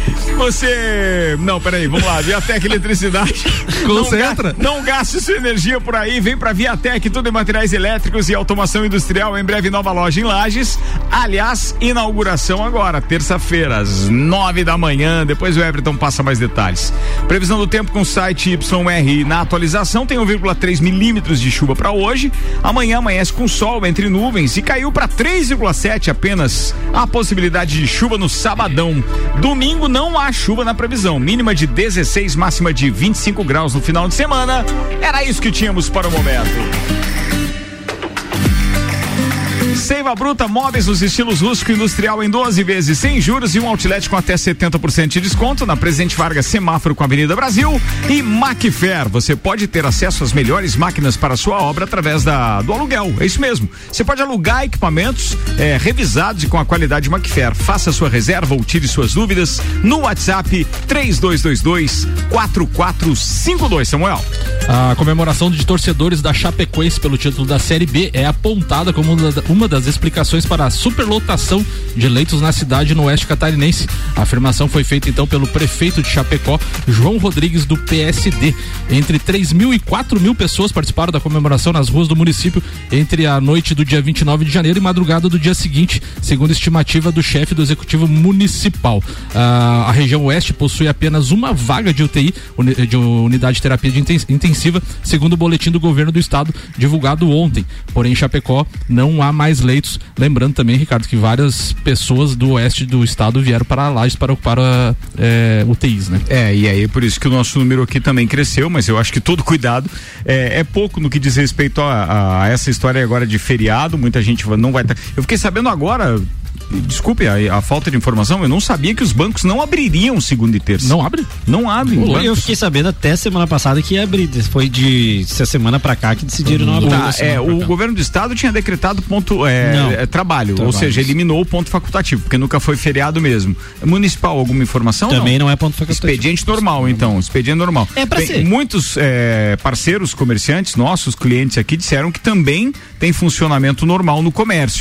Vamos lá, Viatec Eletricidade. Concentra. Não gaste sua energia por aí, vem pra Viatec, tudo em materiais elétricos e automação industrial, em breve nova loja em Lages. Aliás, inauguração agora, terça-feira, às 9 da manhã. Depois o Everton passa mais detalhes. Previsão do tempo com o site YR na atualização, tem 1,3 milímetros de chuva para hoje. Amanhã amanhece com sol entre nuvens e caiu para 3,7 apenas a possibilidade de chuva no sabadão. Domingo não há chuva na previsão, mínima de 16, máxima de 25 graus no final de semana. Era isso que tínhamos para o momento. Seiva Bruta, móveis nos estilos rústico e industrial em 12 vezes sem juros e um outlet com até 70% de desconto na Presidente Vargas, semáforo com a Avenida Brasil. E Macfer, você pode ter acesso às melhores máquinas para a sua obra através do aluguel, é isso mesmo. Você pode alugar equipamentos revisados e com a qualidade Macfer. Faça sua reserva ou tire suas dúvidas no WhatsApp 3222-4452, Samuel. A comemoração de torcedores da Chapecoense pelo título da Série B é apontada como uma das explicações para a superlotação de leitos na cidade no oeste catarinense. A afirmação foi feita então pelo prefeito de Chapecó, João Rodrigues, do PSD. Entre 3.000 e 4.000 pessoas participaram da comemoração nas ruas do município entre a noite do dia 29 de janeiro e madrugada do dia seguinte, segundo estimativa do chefe do executivo municipal. A região oeste possui apenas uma vaga de UTI, de unidade de terapia intensiva, segundo o boletim do governo do estado divulgado ontem. Porém, em Chapecó não há mais leitos. Lembrando também, Ricardo, que várias pessoas do oeste do estado vieram para Lages para ocupar UTIs, né? E aí por isso que o nosso número aqui também cresceu, mas eu acho que todo cuidado é pouco no que diz respeito a essa história agora de feriado. Muita gente não vai estar. Eu fiquei sabendo agora, desculpe a falta de informação, eu não sabia que os bancos não abririam segunda e terça. Não abre? Não abrem. Eu fiquei sabendo até semana passada que ia abrir. Foi de essa semana pra cá que decidiram não abrir. O governo do estado tinha decretado trabalho, ou seja, eliminou o ponto facultativo, porque nunca foi feriado mesmo. Municipal, alguma informação? Também não é ponto facultativo. Expediente normal, então. Expediente normal. É pra ser. Muitos parceiros comerciantes, nossos clientes aqui, disseram que também tem funcionamento normal no comércio.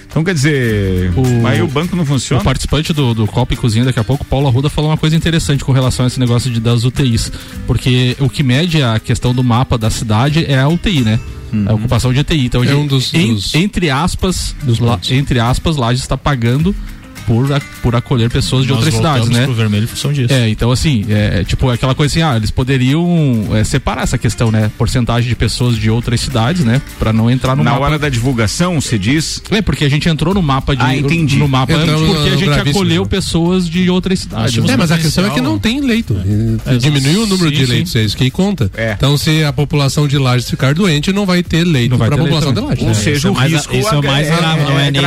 Então, quer dizer, aí o banco não funciona. O participante do Copa e Cozinha daqui a pouco, Paulo Arruda, falou uma coisa interessante com relação a esse negócio das UTIs, porque o que mede a questão do mapa da cidade é a UTI, né? A ocupação de UTI. Então, entre aspas, Lages está pagando por acolher pessoas de outras cidades, né? Pro vermelho em função disso. Então assim, tipo aquela coisa assim, eles poderiam separar essa questão, né? Porcentagem de pessoas de outras cidades, né? Pra não entrar no mapa. Na hora da divulgação, você diz? Porque a gente entrou no mapa entendi. No mapa porque a gente acolheu pessoas de outras cidades. Mas a questão é que não tem leito. Diminuiu o número de leitos, é isso que conta. Então, se a população de Lages ficar doente, não vai ter leito para a população de Lages. Ou seja, o risco isso é o mais grave,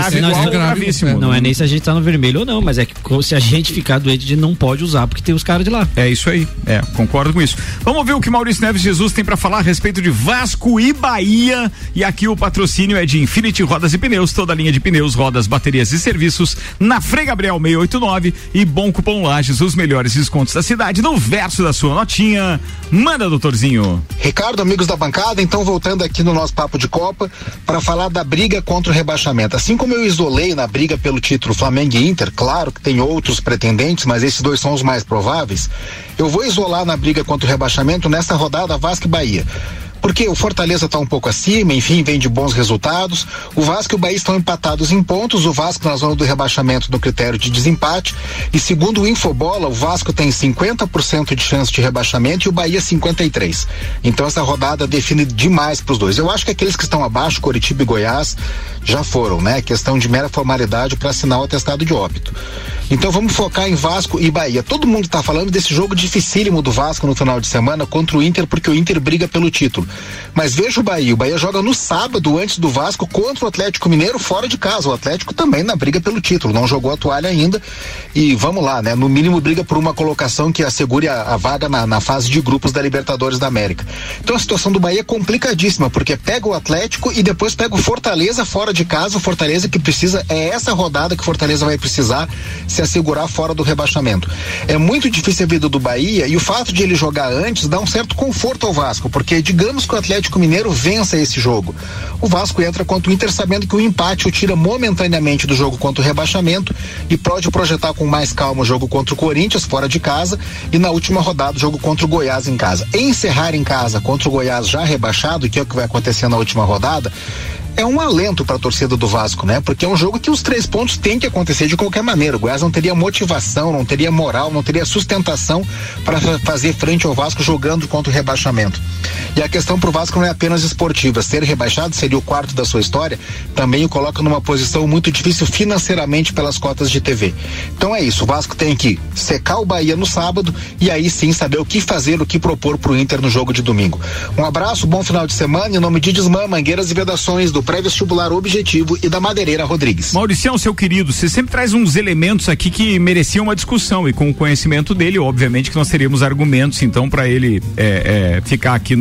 não é nem se a gente tá no vermelho ou não, mas é que se a gente ficar doente, a gente não pode usar, porque tem os caras de lá. É isso aí, concordo com isso. Vamos ver o que Maurício Neves Jesus tem pra falar a respeito de Vasco e Bahia, e aqui o patrocínio é de Infinity Rodas e Pneus, toda a linha de pneus, rodas, baterias e serviços, na Frei Gabriel 689 e Bom Cupom Lages, os melhores descontos da cidade, no verso da sua notinha. Manda, doutorzinho. Ricardo, amigos da bancada, então voltando aqui no nosso papo de Copa, para falar da briga contra o rebaixamento. Assim como eu isolei na briga pelo título Flamengo e Inter, claro que tem outros pretendentes, mas esses dois são os mais prováveis. Eu vou isolar na briga contra o rebaixamento nessa rodada Vasco e Bahia. Porque o Fortaleza está um pouco acima, enfim, vem de bons resultados. O Vasco e o Bahia estão empatados em pontos, o Vasco na zona do rebaixamento no critério de desempate. E segundo o Infobola, o Vasco tem 50% de chance de rebaixamento e o Bahia 53%. Então essa rodada define demais para os dois. Eu acho que aqueles que estão abaixo, Coritiba e Goiás, já foram, né? Questão de mera formalidade para assinar o atestado de óbito. Então vamos focar em Vasco e Bahia. Todo mundo está falando desse jogo dificílimo do Vasco no final de semana contra o Inter, porque o Inter briga pelo título. Mas veja o Bahia joga no sábado antes do Vasco contra o Atlético Mineiro fora de casa. O Atlético também na briga pelo título, não jogou a toalha ainda e vamos lá, né? No mínimo briga por uma colocação que assegure a vaga na fase de grupos da Libertadores da América. Então a situação do Bahia é complicadíssima, porque pega o Atlético e depois pega o Fortaleza fora de casa. O Fortaleza que precisa, é essa rodada que o Fortaleza vai precisar se assegurar fora do rebaixamento. É muito difícil a vida do Bahia e o fato de ele jogar antes dá um certo conforto ao Vasco, porque digamos que o Atlético Mineiro vença esse jogo. O Vasco entra contra o Inter sabendo que o empate o tira momentaneamente do jogo contra o rebaixamento e pode projetar com mais calma o jogo contra o Corinthians fora de casa e na última rodada o jogo contra o Goiás em casa. Encerrar em casa contra o Goiás já rebaixado, que é o que vai acontecer na última rodada, é um alento para a torcida do Vasco, né? Porque é um jogo que os 3 pontos têm que acontecer de qualquer maneira. O Goiás não teria motivação, não teria moral, não teria sustentação para fazer frente ao Vasco jogando contra o rebaixamento. E a questão pro Vasco não é apenas esportiva. Ser rebaixado seria o quarto da sua história, também o coloca numa posição muito difícil financeiramente pelas cotas de TV. Então é isso, o Vasco tem que secar o Bahia no sábado e aí sim saber o que fazer, o que propor pro Inter no jogo de domingo. Um abraço, bom final de semana, em nome de Desmã, Mangueiras e Vedações, do Pré-Vestibular Objetivo e da Madeireira Rodrigues. Mauricião, seu querido, você sempre traz uns elementos aqui que mereciam uma discussão e com o conhecimento dele, obviamente que nós teríamos argumentos então para ele ficar aqui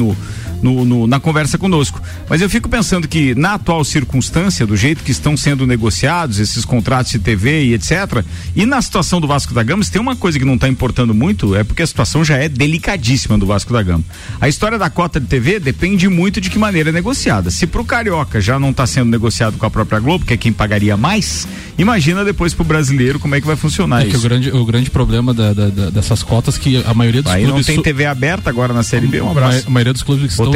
na conversa conosco. Mas eu fico pensando que na atual circunstância, do jeito que estão sendo negociados esses contratos de TV e etc, e na situação do Vasco da Gama, se tem uma coisa que não está importando muito, é porque a situação já é delicadíssima do Vasco da Gama. A história da cota de TV depende muito de que maneira é negociada. Se pro Carioca já não está sendo negociado com a própria Globo, que é quem pagaria mais, imagina depois pro brasileiro como é que vai funcionar isso. Que o grande problema dessas cotas que a maioria dos clubes... Aí não tem TV aberta agora na Série B, um abraço. A maioria dos clubes estão...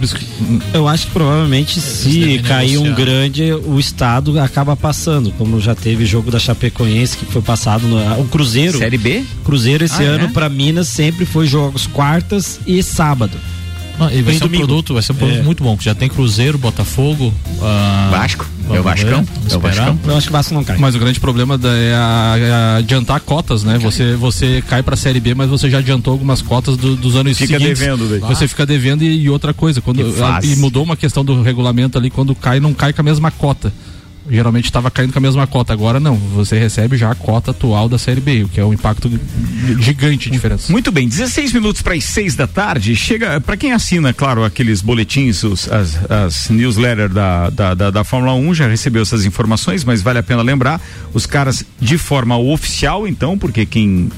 Eu acho que provavelmente se cair um grande, o estado acaba passando, como já teve jogo da Chapecoense que foi passado o Cruzeiro. Série B? Cruzeiro esse ano para Minas sempre foi jogos quartas e sábado. E vai ser um produto muito bom, que já tem Cruzeiro, Botafogo, Vasco. É o Vascão. Eu acho que o Vasco não cai. Mas o grande problema é adiantar cotas, né? Você cai pra Série B, mas você já adiantou algumas cotas dos anos seguintes. Fica devendo, daí. Você fica devendo e outra coisa, e mudou uma questão do regulamento ali, quando cai, não cai com a mesma cota. Geralmente estava caindo com a mesma cota, agora não, você recebe já a cota atual da Série B, o que é um impacto gigante de diferença. Muito bem, 16 minutos para as 6 da tarde, chega, para quem assina, claro, aqueles boletins, as newsletters da Fórmula 1, já recebeu essas informações, mas vale a pena lembrar, os caras de forma oficial, então, porque quem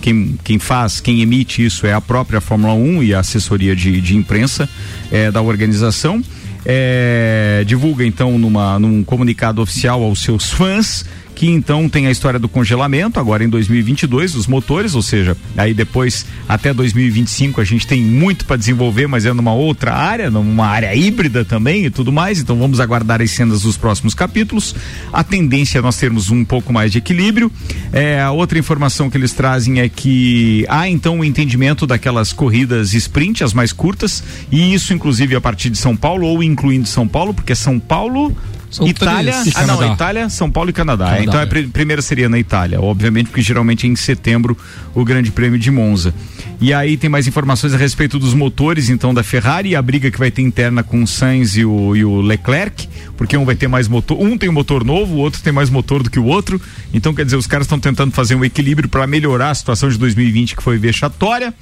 emite isso é a própria Fórmula 1 e a assessoria de imprensa da organização. divulga então num comunicado oficial aos seus fãs que então tem a história do congelamento agora em 2022 dos motores, ou seja, aí depois até 2025 a gente tem muito para desenvolver, mas é numa outra área, numa área híbrida também e tudo mais, então vamos aguardar as cenas dos próximos capítulos. A tendência é nós termos um pouco mais de equilíbrio. A outra informação que eles trazem é que há então um entendimento daquelas corridas sprint, as mais curtas, e isso inclusive a partir de São Paulo ou incluindo São Paulo, porque São Paulo, Itália, Itália, São Paulo e Canadá. Então a primeira seria na Itália, obviamente, porque geralmente é em setembro o Grande Prêmio de Monza. E aí tem mais informações a respeito dos motores, então, da Ferrari, e a briga que vai ter interna com o Sainz e o Leclerc, porque um vai ter mais motor, um tem um motor novo, o outro tem mais motor do que o outro. Então, quer dizer, os caras estão tentando fazer um equilíbrio para melhorar a situação de 2020, que foi vexatória.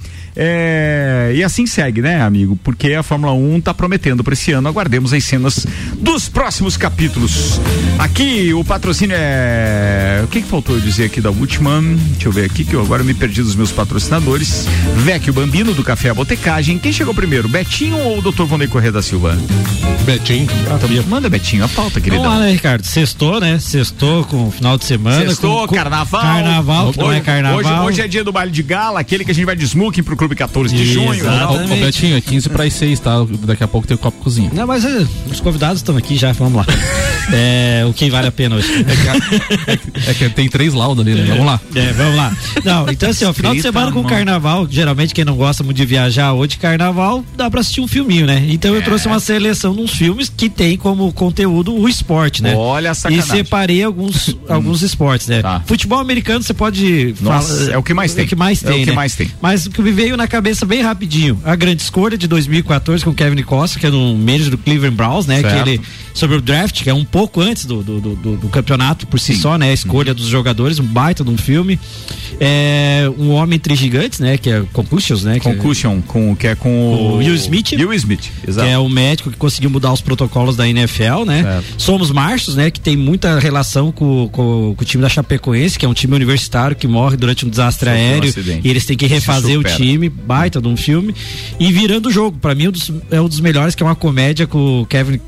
E assim segue, né, amigo? Porque a Fórmula 1 tá prometendo para esse ano. Aguardemos as cenas dos próximos capítulos. Aqui o patrocínio o que faltou eu dizer aqui da última? Deixa eu ver aqui, que eu agora me perdi dos meus patrocinadores. Vecchio Bambino, do Café à Botecagem. Quem chegou primeiro, Betinho ou o Dr. Vonei Corrêa da Silva? Betinho. Manda, Betinho, a pauta, queridão. Vamos lá, né, Ricardo? Sextou, né? Sextou com o final de semana. Sextou, carnaval. Carnaval, não é carnaval. Hoje é dia do baile de gala, aquele que a gente vai de smoking pro Clube 14 de junho. Ô, Betinho, é 15 para as 6, tá? Daqui a pouco tem o copo cozinha. Não, mas os convidados estão aqui já, vamos lá. O que vale a pena hoje? É que tem 3 laudos ali, né? Vamos lá. Vamos lá. Não, então assim, ó, final de semana com carnaval, geralmente quem não gosta muito de viajar ou de carnaval, dá pra assistir um filminho, né? Então eu trouxe uma seleção de uns filmes que tem como conteúdo o esporte, né? Olha a sacanagem. E separei alguns esportes, né? Tá. Futebol americano você pode falar. É o que mais tem. É o que mais tem, né? Mas o que me veio na cabeça bem rapidinho, a grande escolha de 2014 com Kevin Costner, que é no manager do Cleveland Browns, né? Certo. Que ele, sobre o draft, que é um pouco antes do campeonato por si só, né? A escolha dos jogadores, um baita de um filme. Um Homem Entre Gigantes, né? Que é Concussions, né? Concussion, que é com o Will Smith. Will Smith, exato. Que é o médico que conseguiu mudar os protocolos da NFL, né? Certo. Somos Marchos, né? Que tem muita relação com o time da Chapecoense, que é um time universitário que morre durante um desastre aéreo e eles têm que refazer o time, baita de um filme. E Virando o Jogo, pra mim é um dos melhores, que é uma comédia com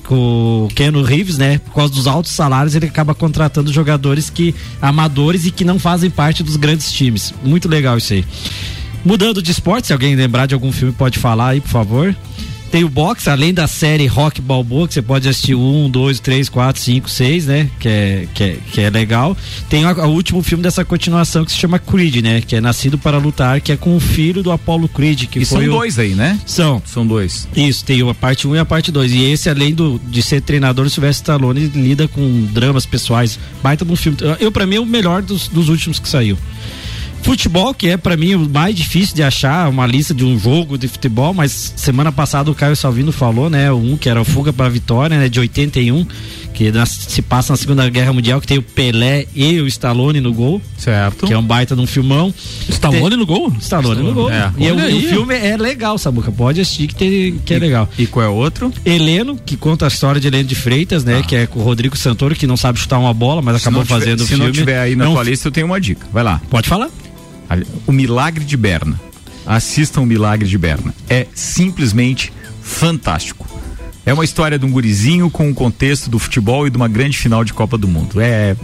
o Keanu Reeves, né? Por causa dos altos salários, ele acaba contratando jogadores amadores e que não fazem parte dos grandes times. Muito legal isso aí. Mudando de esporte, se alguém lembrar de algum filme pode falar aí, por favor. Tem o boxe, além da série Rock Balboa, que você pode assistir 1, 2, 3, 4, 5, 6, né? Que é legal. Tem o último filme dessa continuação que se chama Creed, né? Que é Nascido para Lutar, que é com o filho do Apollo Creed. Que e foi são 2 aí, né? São 2. Isso, tem a parte 1 e a parte 2. E esse, além de ser treinador, o Sylvester Stallone lida com dramas pessoais. Baita de um filme. Pra mim, é o melhor dos últimos que saiu. Futebol, que é pra mim o mais difícil de achar, uma lista de um jogo de futebol, mas semana passada o Caio Salvino falou, né, que era o Fuga para a Vitória, né, de 81, que se passa na Segunda Guerra Mundial, que tem o Pelé e o Stallone no gol. Certo. Que é um baita de um filmão. Stallone no gol? Stallone no gol. E o filme é legal, Samuca, pode assistir que é legal. E qual é o outro? Heleno, que conta a história de Heleno de Freitas, né, que é com o Rodrigo Santoro, que não sabe chutar uma bola, mas acabou fazendo o filme. Se não tiver aí na tua lista, eu tenho uma dica. Vai lá. Pode falar. O Milagre de Berna. Assistam o Milagre de Berna. É simplesmente fantástico. É uma história de um gurizinho com o contexto do futebol e de uma grande final de Copa do Mundo.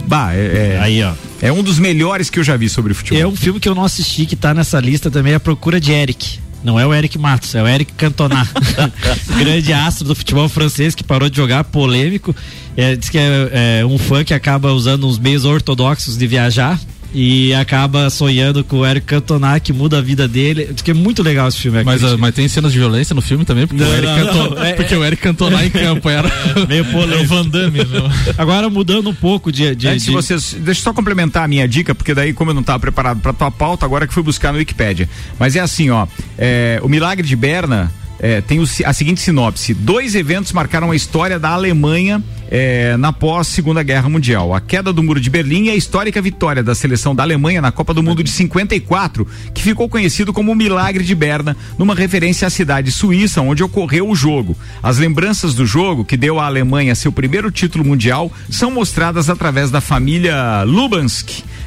Aí, ó. É um dos melhores que eu já vi sobre futebol. É um filme que eu não assisti, que tá nessa lista também, A Procura de Eric. Não é o Eric Matos, é o Eric Cantona. Grande astro do futebol francês que parou de jogar, polêmico. Diz que é um fã que acaba usando uns meios ortodoxos de viajar e acaba sonhando com o Eric Cantona, que muda a vida dele. Diz que é muito legal esse filme. Mas tem cenas de violência no filme também? Porque o Eric Cantona em campo era meio polêmico. Van Damme. Agora, mudando um pouco deixa eu só complementar a minha dica, porque daí, como eu não estava preparado para tua pauta, agora que fui buscar no Wikipédia. Mas é assim, ó, o Milagre de Berna tem a seguinte sinopse: 2 eventos marcaram a história da Alemanha na pós-Segunda Guerra Mundial. A queda do Muro de Berlim e a histórica vitória da seleção da Alemanha na Copa do Mundo de 54, que ficou conhecido como o Milagre de Berna, numa referência à cidade suíça onde ocorreu o jogo. As lembranças do jogo, que deu à Alemanha seu primeiro título mundial, são mostradas através da família Lubansk,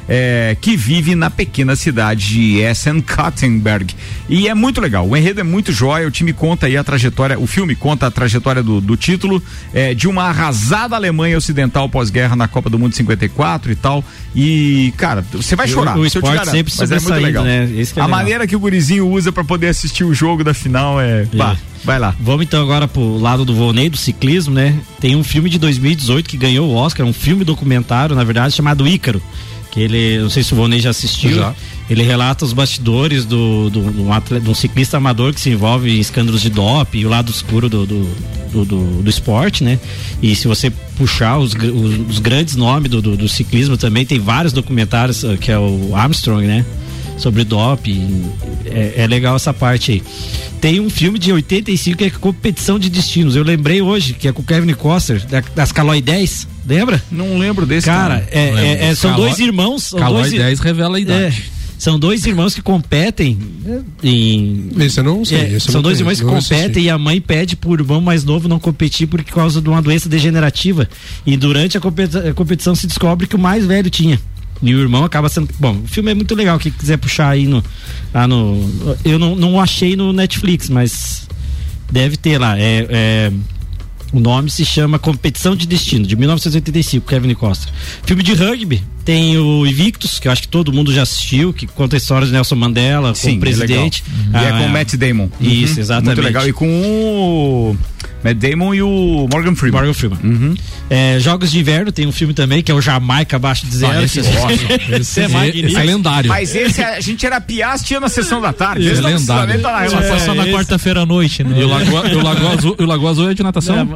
que vive na pequena cidade de Essen-Kattenberg. E é muito legal, o enredo é muito jóia, o time conta aí a trajetória, o filme conta a trajetória do título, de uma arrasada Alemanha Ocidental pós-guerra na Copa do Mundo 54 e tal. E, cara, você vai chorar. O esporte sempre mas é muito legal. Né? A maneira que o gurizinho usa pra poder assistir o jogo da final vai lá. Vamos então agora pro lado do vôlei, do ciclismo, né? Tem um filme de 2018 que ganhou o Oscar, um filme documentário, na verdade, chamado Ícaro. Que ele, não sei se o Vonei já assistiu, ele relata os bastidores de um ciclista amador que se envolve em escândalos de doping e o lado escuro do esporte, né? E se você puxar os grandes nomes do ciclismo também, tem vários documentários, que é o Armstrong, né? Sobre doping, é legal essa parte aí. Tem um filme de 85 que é Competição de Destinos, eu lembrei hoje, que é com o Kevin Costner, das Calói 10, lembra? Não lembro desse. Cara, são dois irmãos. Calói 10 revela a idade. São dois irmãos que competem em... Esse eu não sei. São dois irmãos que competem e a mãe pede pro irmão mais novo não competir por causa de uma doença degenerativa. E durante a competição se descobre que o mais velho tinha. E o irmão acaba sendo... Bom, o filme é muito legal, quem quiser puxar aí eu não achei no Netflix, mas deve ter lá. O nome se chama Competição de Destino, de 1985, Kevin Costner. Filme de rugby, tem o Invictus, que eu acho que todo mundo já assistiu, que conta a história de Nelson Mandela, como presidente. E é com o Matt Damon. Isso, exatamente. Muito legal. E com o Matt Damon e o Morgan Freeman. Jogos de Inverno, tem um filme também, que é o Jamaica Abaixo de Zero. Esse é magnífico. Esse é lendário. Mas esse a gente era piá, assistia na sessão da tarde. Esse é lendário. Só na quarta-feira à noite, né? E o Lagoa Azul é de natação?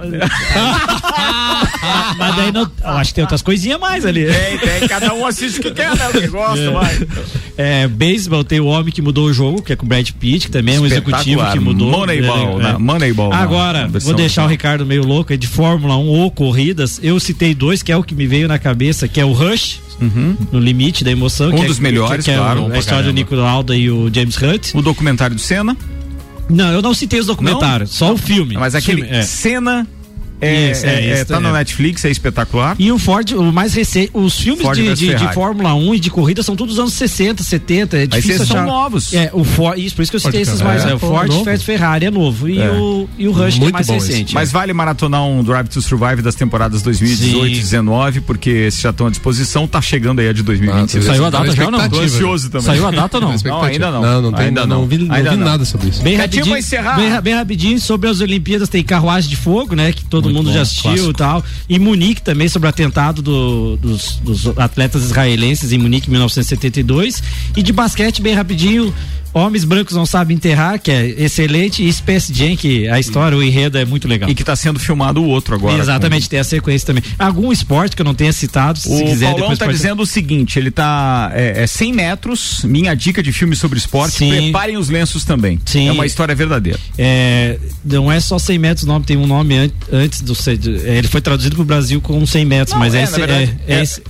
Mas daí eu acho que tem outras coisinhas mais ali. Tem, cada um assiste o que quer, né? O que gosta, vai. Beisebol, tem o Homem que Mudou o Jogo, que é com o Brad Pitt, que também é um executivo que mudou. Moneyball. Agora, vou deixar o Ricardo meio louco, é de Fórmula 1 ou corridas. Eu citei dois, que é o que me veio na cabeça, que é o Rush, No Limite da Emoção. Um dos melhores, claro. A história do Nico Lauda e o James Hunt. O documentário do Senna. Não, eu não citei os documentários, só o filme. Mas aquele Senna... tá no Netflix, é espetacular. E o Ford, o mais recente, os filmes de Fórmula 1 e de corrida são todos dos anos 60, 70, é difícil achar. São novos. O Ford, por isso que eu citei esses mais, o Ford Ferrari é novo e o Rush que é mais recente. Mas vale maratonar um Drive to Survive das temporadas 2018 e 2019, porque esses já estão à disposição, tá chegando aí a de 2020. Saiu a data já, não? Tô ansioso também. Saiu a data não? Não, ainda não. Não vi nada sobre isso. Bem rapidinho sobre as Olimpíadas, tem Carruagem de Fogo, né, que todo mundo já assistiu e tal. E Munique também, sobre o atentado dos atletas israelenses em Munique em 1972. E de basquete, bem rapidinho, Homens Brancos Não Sabem Enterrar, que é excelente, e Space Jam, que a história, o enredo é muito legal. E que está sendo filmado o outro agora. Exatamente, tem a sequência também. Algum esporte que eu não tenha citado, se quiser. O Paulão tá dizendo o seguinte, ele tá 100 metros, minha dica de filme sobre esporte, preparem os lenços também. Sim. É uma história verdadeira. Não é só 100 metros o nome, tem um nome antes do... ele foi traduzido pro Brasil com 100 metros, mas é 100 metros.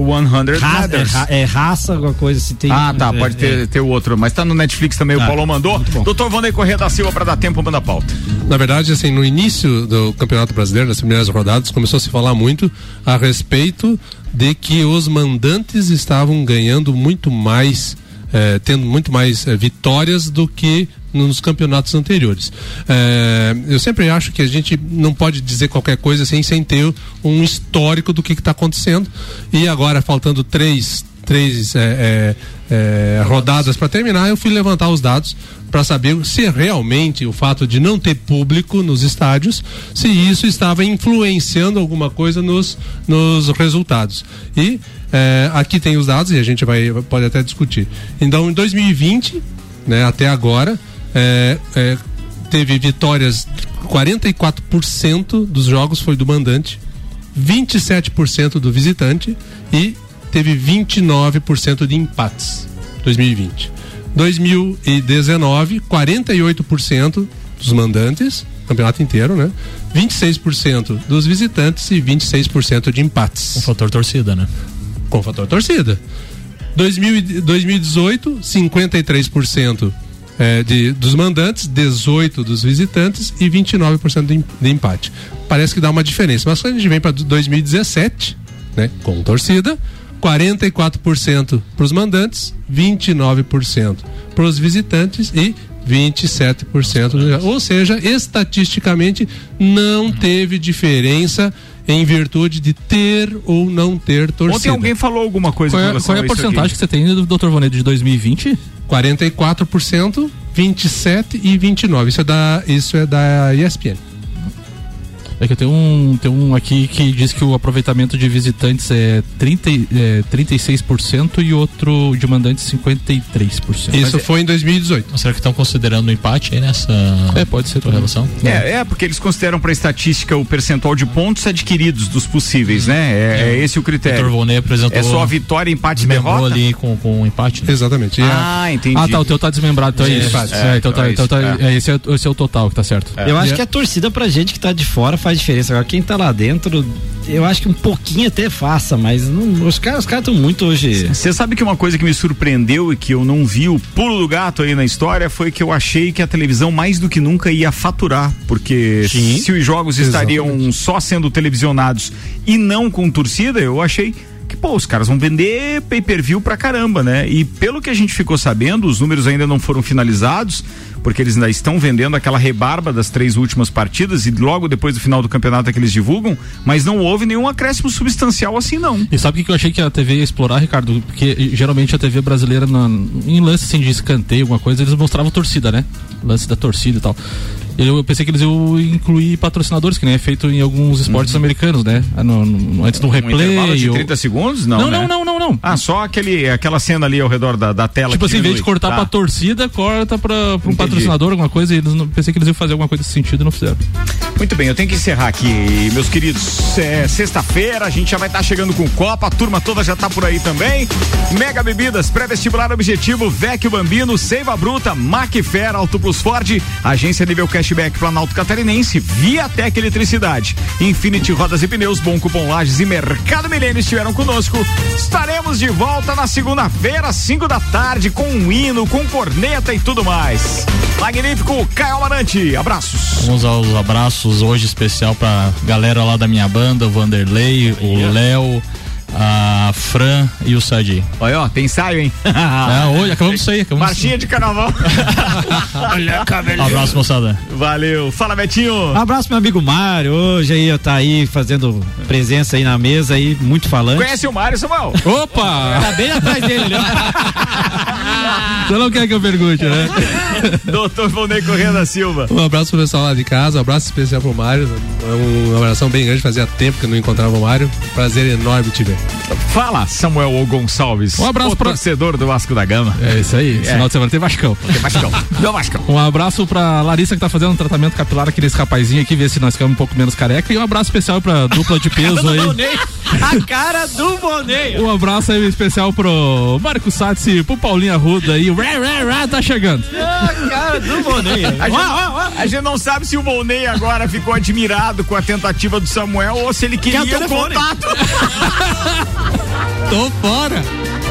Raça, alguma coisa assim. Pode ter o outro, mas tá no Netflix também, o Paulão mandou. Doutor Vanderlei Corrêa da Silva, para dar tempo, manda a pauta. Na verdade, assim, no início do Campeonato Brasileiro, nas primeiras rodadas, começou a se falar muito a respeito de que os mandantes estavam ganhando muito mais, tendo muito mais vitórias do que nos campeonatos anteriores. Eu sempre acho que a gente não pode dizer qualquer coisa assim, sem ter um histórico do que está acontecendo. E agora, faltando três rodadas para terminar, eu fui levantar os dados para saber se realmente o fato de não ter público nos estádios, se isso estava influenciando alguma coisa nos resultados. E aqui tem os dados e a gente pode até discutir. Então, em 2020, né, até agora, teve vitórias, 44% dos jogos foi do mandante, 27% do visitante e teve 29% de empates. 2020. 2019, 48% dos mandantes, campeonato inteiro, né? 26% dos visitantes e 26% de empates. Com fator torcida, né? Com fator torcida. 2018, 53% dos mandantes, 18% dos visitantes e 29% de empate. Parece que dá uma diferença, mas quando a gente vem para 2017, né, com torcida, 44% para os mandantes, 29% para os visitantes e 27%. Ou seja, estatisticamente não teve diferença em virtude de ter ou não ter torcida. Ontem alguém falou alguma coisa. Qual é a porcentagem que você tem do Dr. Vonedo de 2020? 44%, 27% e 29%. Isso é da ESPN. É que tem um aqui que diz que o aproveitamento de visitantes é 36% e outro de mandantes 53%. Isso foi em 2018. Será que estão considerando um empate aí nessa? Pode ser tua relação. Porque eles consideram para estatística o percentual de pontos adquiridos dos possíveis, né? É esse o critério. O Dr. Volney apresentou. É só vitória, empate e derrota? ali com um empate. Né? Exatamente. Entendi. O teu tá desmembrado, então é isso. Esse é o total que tá certo. Eu acho que a torcida pra gente que tá de fora faz diferença. Agora quem tá lá dentro, eu acho que um pouquinho até faça, mas não, os caras estão muito hoje. Você sabe que uma coisa que me surpreendeu e que eu não vi o pulo do gato aí na história foi que eu achei que a televisão mais do que nunca ia faturar, porque se os jogos estariam só sendo televisionados e não com torcida, eu achei que, os caras vão vender pay-per-view pra caramba, né? E pelo que a gente ficou sabendo, os números ainda não foram finalizados, porque eles ainda estão vendendo aquela rebarba das 3 últimas partidas e logo depois do final do campeonato é que eles divulgam, mas não houve nenhum acréscimo substancial assim, não. E sabe o que eu achei que a TV ia explorar, Ricardo? Porque geralmente a TV brasileira, em lance assim de escanteio, alguma coisa, eles mostravam torcida, né? Lance da torcida e tal. Eu pensei que eles iam incluir patrocinadores, que nem é feito em alguns esportes americanos, né? Antes do replay. Intervalo de 30 segundos? Não. Só aquela cena ali ao redor da tela. Tipo assim, em vez de cortar pra torcida, corta pra um patrocinador, alguma coisa. E pensei que eles iam fazer alguma coisa nesse sentido e não fizeram. Muito bem, eu tenho que encerrar aqui, meus queridos. Sexta-feira, a gente já vai estar chegando com Copa, a turma toda já tá por aí também. Mega Bebidas, pré-vestibular objetivo, Vecchio Bambino, Seiva Bruta, Macfer, Auto Plus Ford, Agência Nível Cashback Planalto Catarinense, Viatec Eletricidade, Infinity Rodas e Pneus, Bom Cupom Lages e Mercado Milênio estiveram conosco. Estaremos de volta na segunda-feira, às 5 da tarde, com um hino, com corneta e tudo mais. Magnífico, Caio Amarante, abraços. Vamos aos abraços hoje especial pra galera lá da minha banda, o Vanderlei, o Léo, a Fran e o Sadi. Olha, tem ensaio, hein? Hoje acabamos de sair. Marchinha de carnaval. Olha, cabelo. Abraço, moçada. Valeu. Fala, Betinho. Abraço, meu amigo Mário. Hoje aí tá aí fazendo presença aí na mesa aí, muito falante. Conhece o Mário, Samuel? Opa! Tá bem atrás dele, né? Você não quer que eu pergunte, né? Doutor Volney Corrêa da Silva. Um abraço pro pessoal lá de casa, um abraço especial pro Mário. Uma abração bem grande, fazia tempo que eu não encontrava o Mário. Prazer enorme te ver. Fala, Samuel Gonçalves. Um abraço pro torcedor do Vasco da Gama. É isso aí. Final de semana tem Vascão. Deu Vascão. Um abraço pra Larissa, que tá fazendo um tratamento capilar aqui nesse rapazinho aqui, ver se nós ficamos um pouco menos careca. E um abraço especial pra dupla de peso aí. A cara do Bonet. Um abraço aí especial pro Marco Satsi, pro Paulinho Arruda aí. Tá chegando. A cara do Bonet. A gente não sabe se o Bonet agora ficou admirado com a tentativa do Samuel ou se ele queria o contato. Tô fora.